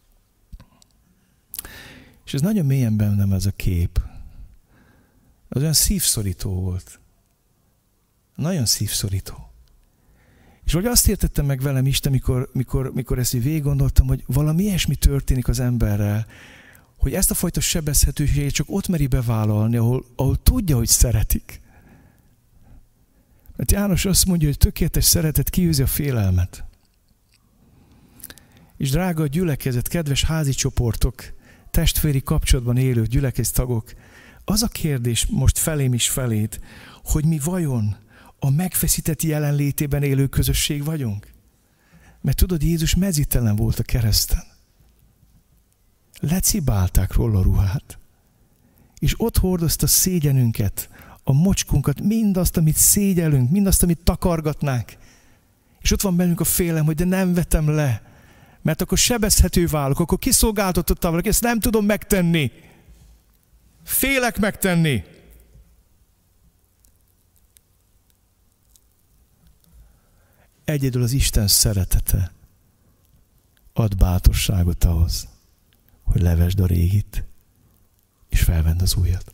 Speaker 1: És ez nagyon mélyen bennem ez a kép. Az olyan szívszorító volt. Nagyon szívszorító. És hogy azt értettem meg velem Isten, mikor ezt így végig gondoltam, hogy valami ilyesmi történik az emberrel, hogy ezt a fajta sebezhetőséget csak ott meri bevállalni, ahol tudja, hogy szeretik. Mert János azt mondja, hogy tökéletes szeretet kiűzi a félelmet. És drága gyülekezet, kedves házi csoportok, testvéri kapcsolatban élő gyülekezet tagok, az a kérdés most felém is feléd, hogy mi vajon a megfeszített jelenlétében élő közösség vagyunk? Mert tudod, Jézus mezítelen volt a kereszten. Lecibálták róla a ruhát. És ott hordozta szégyenünket, a mocskunkat, mindazt, amit szégyelünk, mindazt, amit takargatnánk. És ott van bennünk a félelem, hogy de nem vetem le, mert akkor sebezhető válok, akkor kiszolgáltatottam valaki, ezt nem tudom megtenni. Félek megtenni. Egyedül az Isten szeretete ad bátorságot ahhoz, hogy levesd a régit, és felvedd az újat.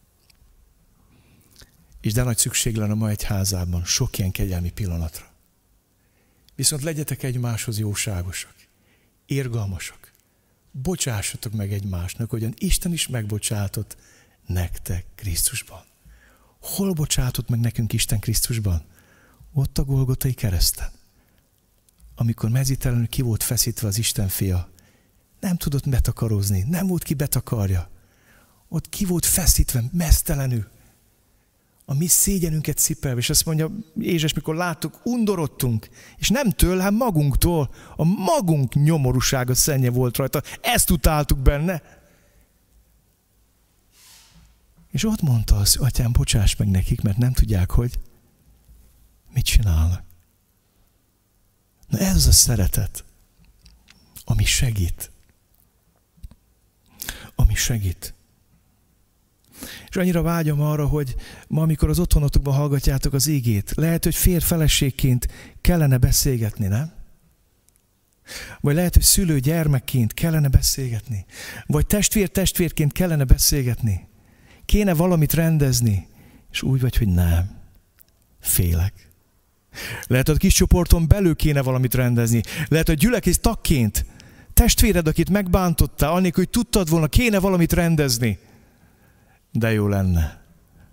Speaker 1: És de nagy szükség lenne ma egy házában sok ilyen kegyelmi pillanatra. Viszont legyetek egymáshoz jóságosak, irgalmasak. Bocsássatok meg egymásnak, hogyan Isten is megbocsátott nektek Krisztusban. Hol bocsátott meg nekünk Isten Krisztusban? Ott a Golgotai kereszten. Amikor mezítelenül ki volt feszítve az Isten fia, nem tudott betakarozni, nem volt ki betakarja. Ott ki volt feszítve, meztelenül. A mi szégyenünket cipelve, és azt mondja Jézus, mikor láttuk, undorodtunk, és nem tőle, hanem magunktól, a magunk nyomorúsága szennye volt rajta. Ezt utáltuk benne. És ott mondta az, atyám, bocsáss meg nekik, mert nem tudják, hogy mit csinálnak. Na ez az a szeretet, ami segít. Ami segít. És annyira vágyom arra, hogy ma, amikor az otthonotokban hallgatjátok az igét, lehet, hogy férj-feleségként kellene beszélgetni, nem? Vagy lehet, hogy szülő-gyermekként kellene beszélgetni. Vagy testvér-testvérként kellene beszélgetni. Kéne valamit rendezni, és úgy vagy, hogy nem. Félek. Lehet, hogy a kis csoporton belül kéne valamit rendezni. Lehet, hogy gyülekezet tagként, testvéred, akit megbántottál, annélkül, hogy tudtad volna, kéne valamit rendezni. De jó lenne,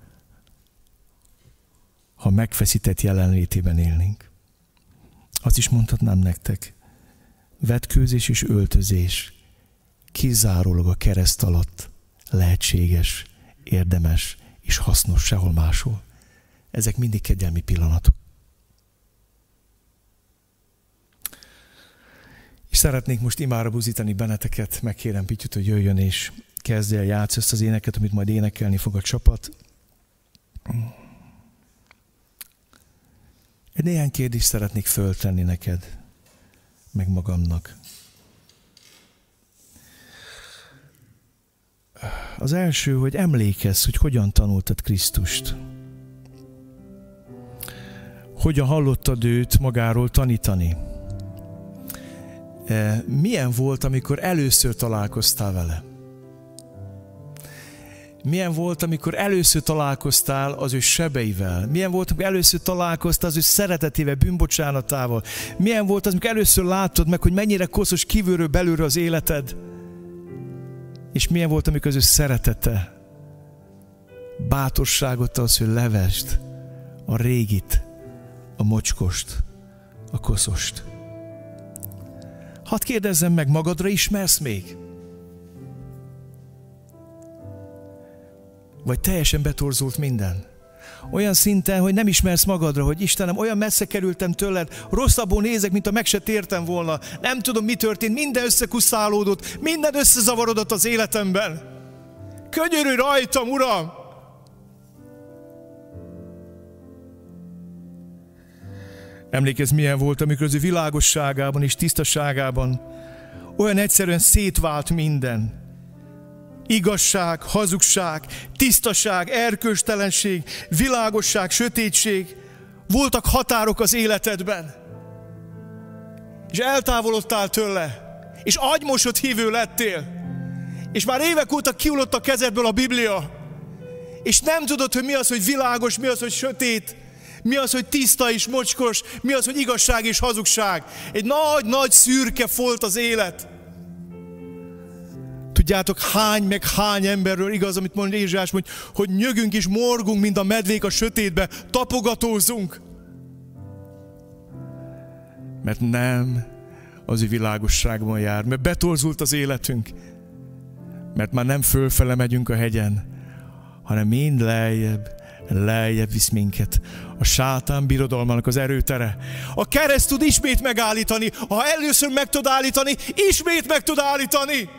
Speaker 1: ha megfeszített jelenlétében élnénk. Azt is mondhatnám nektek, vetkőzés és öltözés kizárólag a kereszt alatt lehetséges, érdemes és hasznos, sehol máshol. Ezek mindig kegyelmi pillanatok. És szeretnék most imára buzítani benneteket, megkérem Pityut, hogy jöjjön és kezdje el játsz ezt az éneket, amit majd énekelni fog a csapat. Egy néhány kérdést szeretnék föltenni neked, meg magamnak. Az első, hogy emlékezz, hogy hogyan tanultad Krisztust. Hogyan hallottad őt magáról tanítani. Milyen volt, amikor először találkoztál vele? Milyen volt, amikor először találkoztál az ő sebeivel? Milyen volt, amikor először találkoztál az ő szeretetével, bűnbocsánatával? Milyen volt az, amikor először láttad meg, hogy mennyire koszos kívülről belülről az életed? És milyen volt, amikor az ő szeretete, bátorságot az, hogy levesd a régit, a mocskost, a koszost? Hadd kérdezzem meg, magadra ismersz még? Vagy teljesen betorzult minden? Olyan szinten, hogy nem ismersz magadra, hogy Istenem, olyan messze kerültem tőled, rosszabbul nézek, mint ha meg se tértem volna. Nem tudom, mi történt, minden összekuszálódott, minden összezavarodott az életemben. Könyörülj rajtam, Uram! Emlékezz, milyen volt, amikor az ő világosságában és tisztaságában olyan egyszerűen szétvált minden. Igazság, hazugság, tisztaság, erkölcstelenség, világosság, sötétség. Voltak határok az életedben. és eltávolodtál tőle, és agymosott hívő lettél, és már évek óta kihullott a kezedből a Biblia, és nem tudod, hogy mi az, hogy világos, mi az, hogy sötét, mi az, hogy tiszta és mocskos, mi az, hogy igazság és hazugság. Egy nagy szürke folt az élet. Tudjátok, hány emberről igaz, amit mond Ézsaiás, hogy nyögünk és morgunk, mint a medvék a sötétbe, tapogatózunk. Mert nem az ő világosságban jár, mert betorzult az életünk, mert már nem fölfele megyünk a hegyen, hanem mind lejjebb visz minket. A sátán birodalmának az erőtere. A kereszt tud ismét megállítani. Ha először meg tud állítani, ismét meg tud állítani.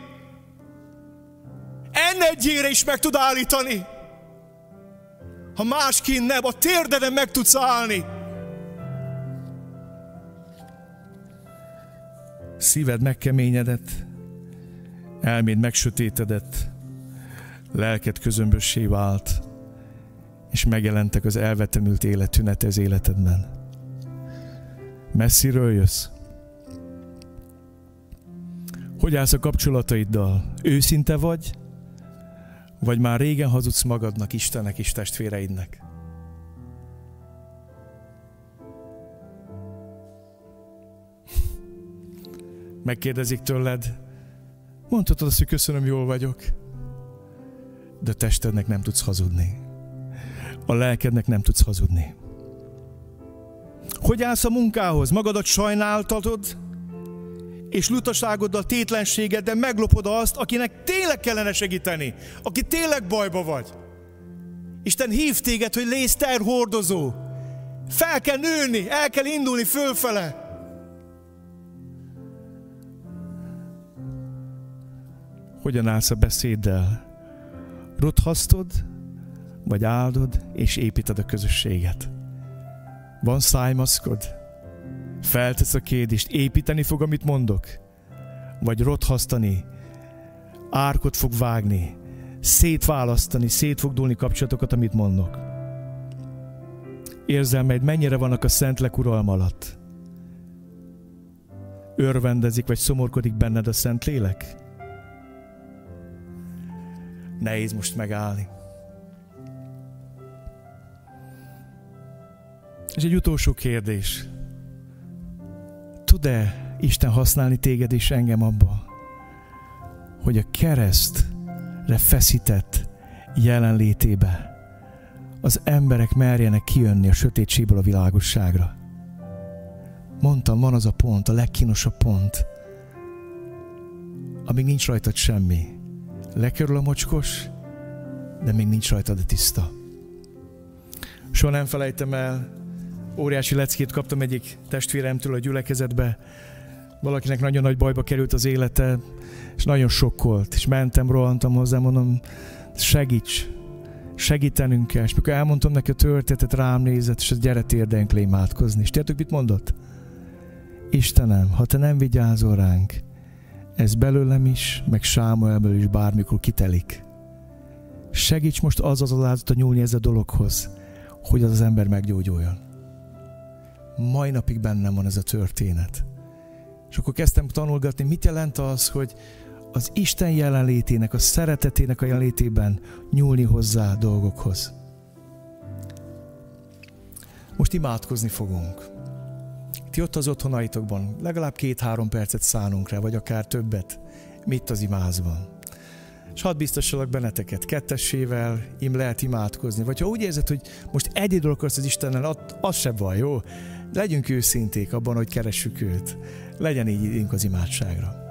Speaker 1: N1-ére is meg tud állítani. Ha másként nem, a térdeden meg tudsz állni. Szíved megkeményedett, elméd megsötétedett, lelked közömbössé vált, és megjelentek az elvetemült élet tünete az életedben. Messziről jössz? Hogy állsz a kapcsolataiddal? Őszinte vagy már régen hazudsz magadnak, Istennek és testvéreidnek? Megkérdezik tőled, mondhatod azt, hogy köszönöm, jól vagyok, de a testednek nem tudsz hazudni. A lelkednek nem tudsz hazudni. Hogy állsz a munkához? Magadat sajnáltatod, és lutaságoddal, tétlenségeddel meglopod azt, akinek tényleg kellene segíteni, aki tényleg bajba vagy. Isten hív téged, hogy légy terhordozó. Fel kell nőni, el kell indulni fölfele. Hogyan állsz a beszéddel? Rothasztod, vagy áldod, és építed a közösséget? Van szájmaszkod? Feltesz a kérdést, építeni fog, amit mondok? Vagy rothasztani, árkot fog vágni, szétválasztani, szét fog dúlni kapcsolatokat, amit mondok? Érzelmeid mennyire vannak a Szentlélek uralma alatt? Örvendezik, vagy szomorkodik benned a Szentlélek? Nehéz most megállni. És egy utolsó kérdés. Tud-e Isten használni téged és engem abba, hogy a keresztre feszített jelenlétébe az emberek merjenek kijönni a sötétségből a világosságra? Mondtam, van az a pont, a legkínosabb pont, amíg nincs rajtad semmi. Lekerül a mocskos, de még nincs rajtad a tiszta. Soha nem felejtem el, óriási leckét kaptam egyik testvéremtől a gyülekezetbe. Valakinek nagyon nagy bajba került az élete, és nagyon sokkolt. És mentem, rohantam hozzá, mondom, segíts, segítenünk kell. És mikor elmondtam neki a történetet, rám nézett, és gyere térdeljünk le imádkozni. És tudjátok, mit mondott? Istenem, ha te nem vigyázol ránk, ez belőlem is, meg Sámuelből is bármikor kitelik. Segíts most az alázatot nyúlni ez a dologhoz, hogy az ember meggyógyuljon. Mai napig bennem van ez a történet. És akkor kezdtem tanulgatni, mit jelent az, hogy az Isten jelenlétének, a szeretetének a jelenlétében nyúlni hozzá dolgokhoz. Most imádkozni fogunk. Ti ott az otthonaitokban legalább 2-3 percet szánunk rá, vagy akár többet, mit az imázban. És hadd biztosalak benneteket, kettessével lehet imádkozni. Vagy ha úgy érzed, hogy most egyedül akarsz az Istennel, az se baj, jó? Legyünk őszinték abban, hogy keressük őt. Legyen így időnk az imádságra.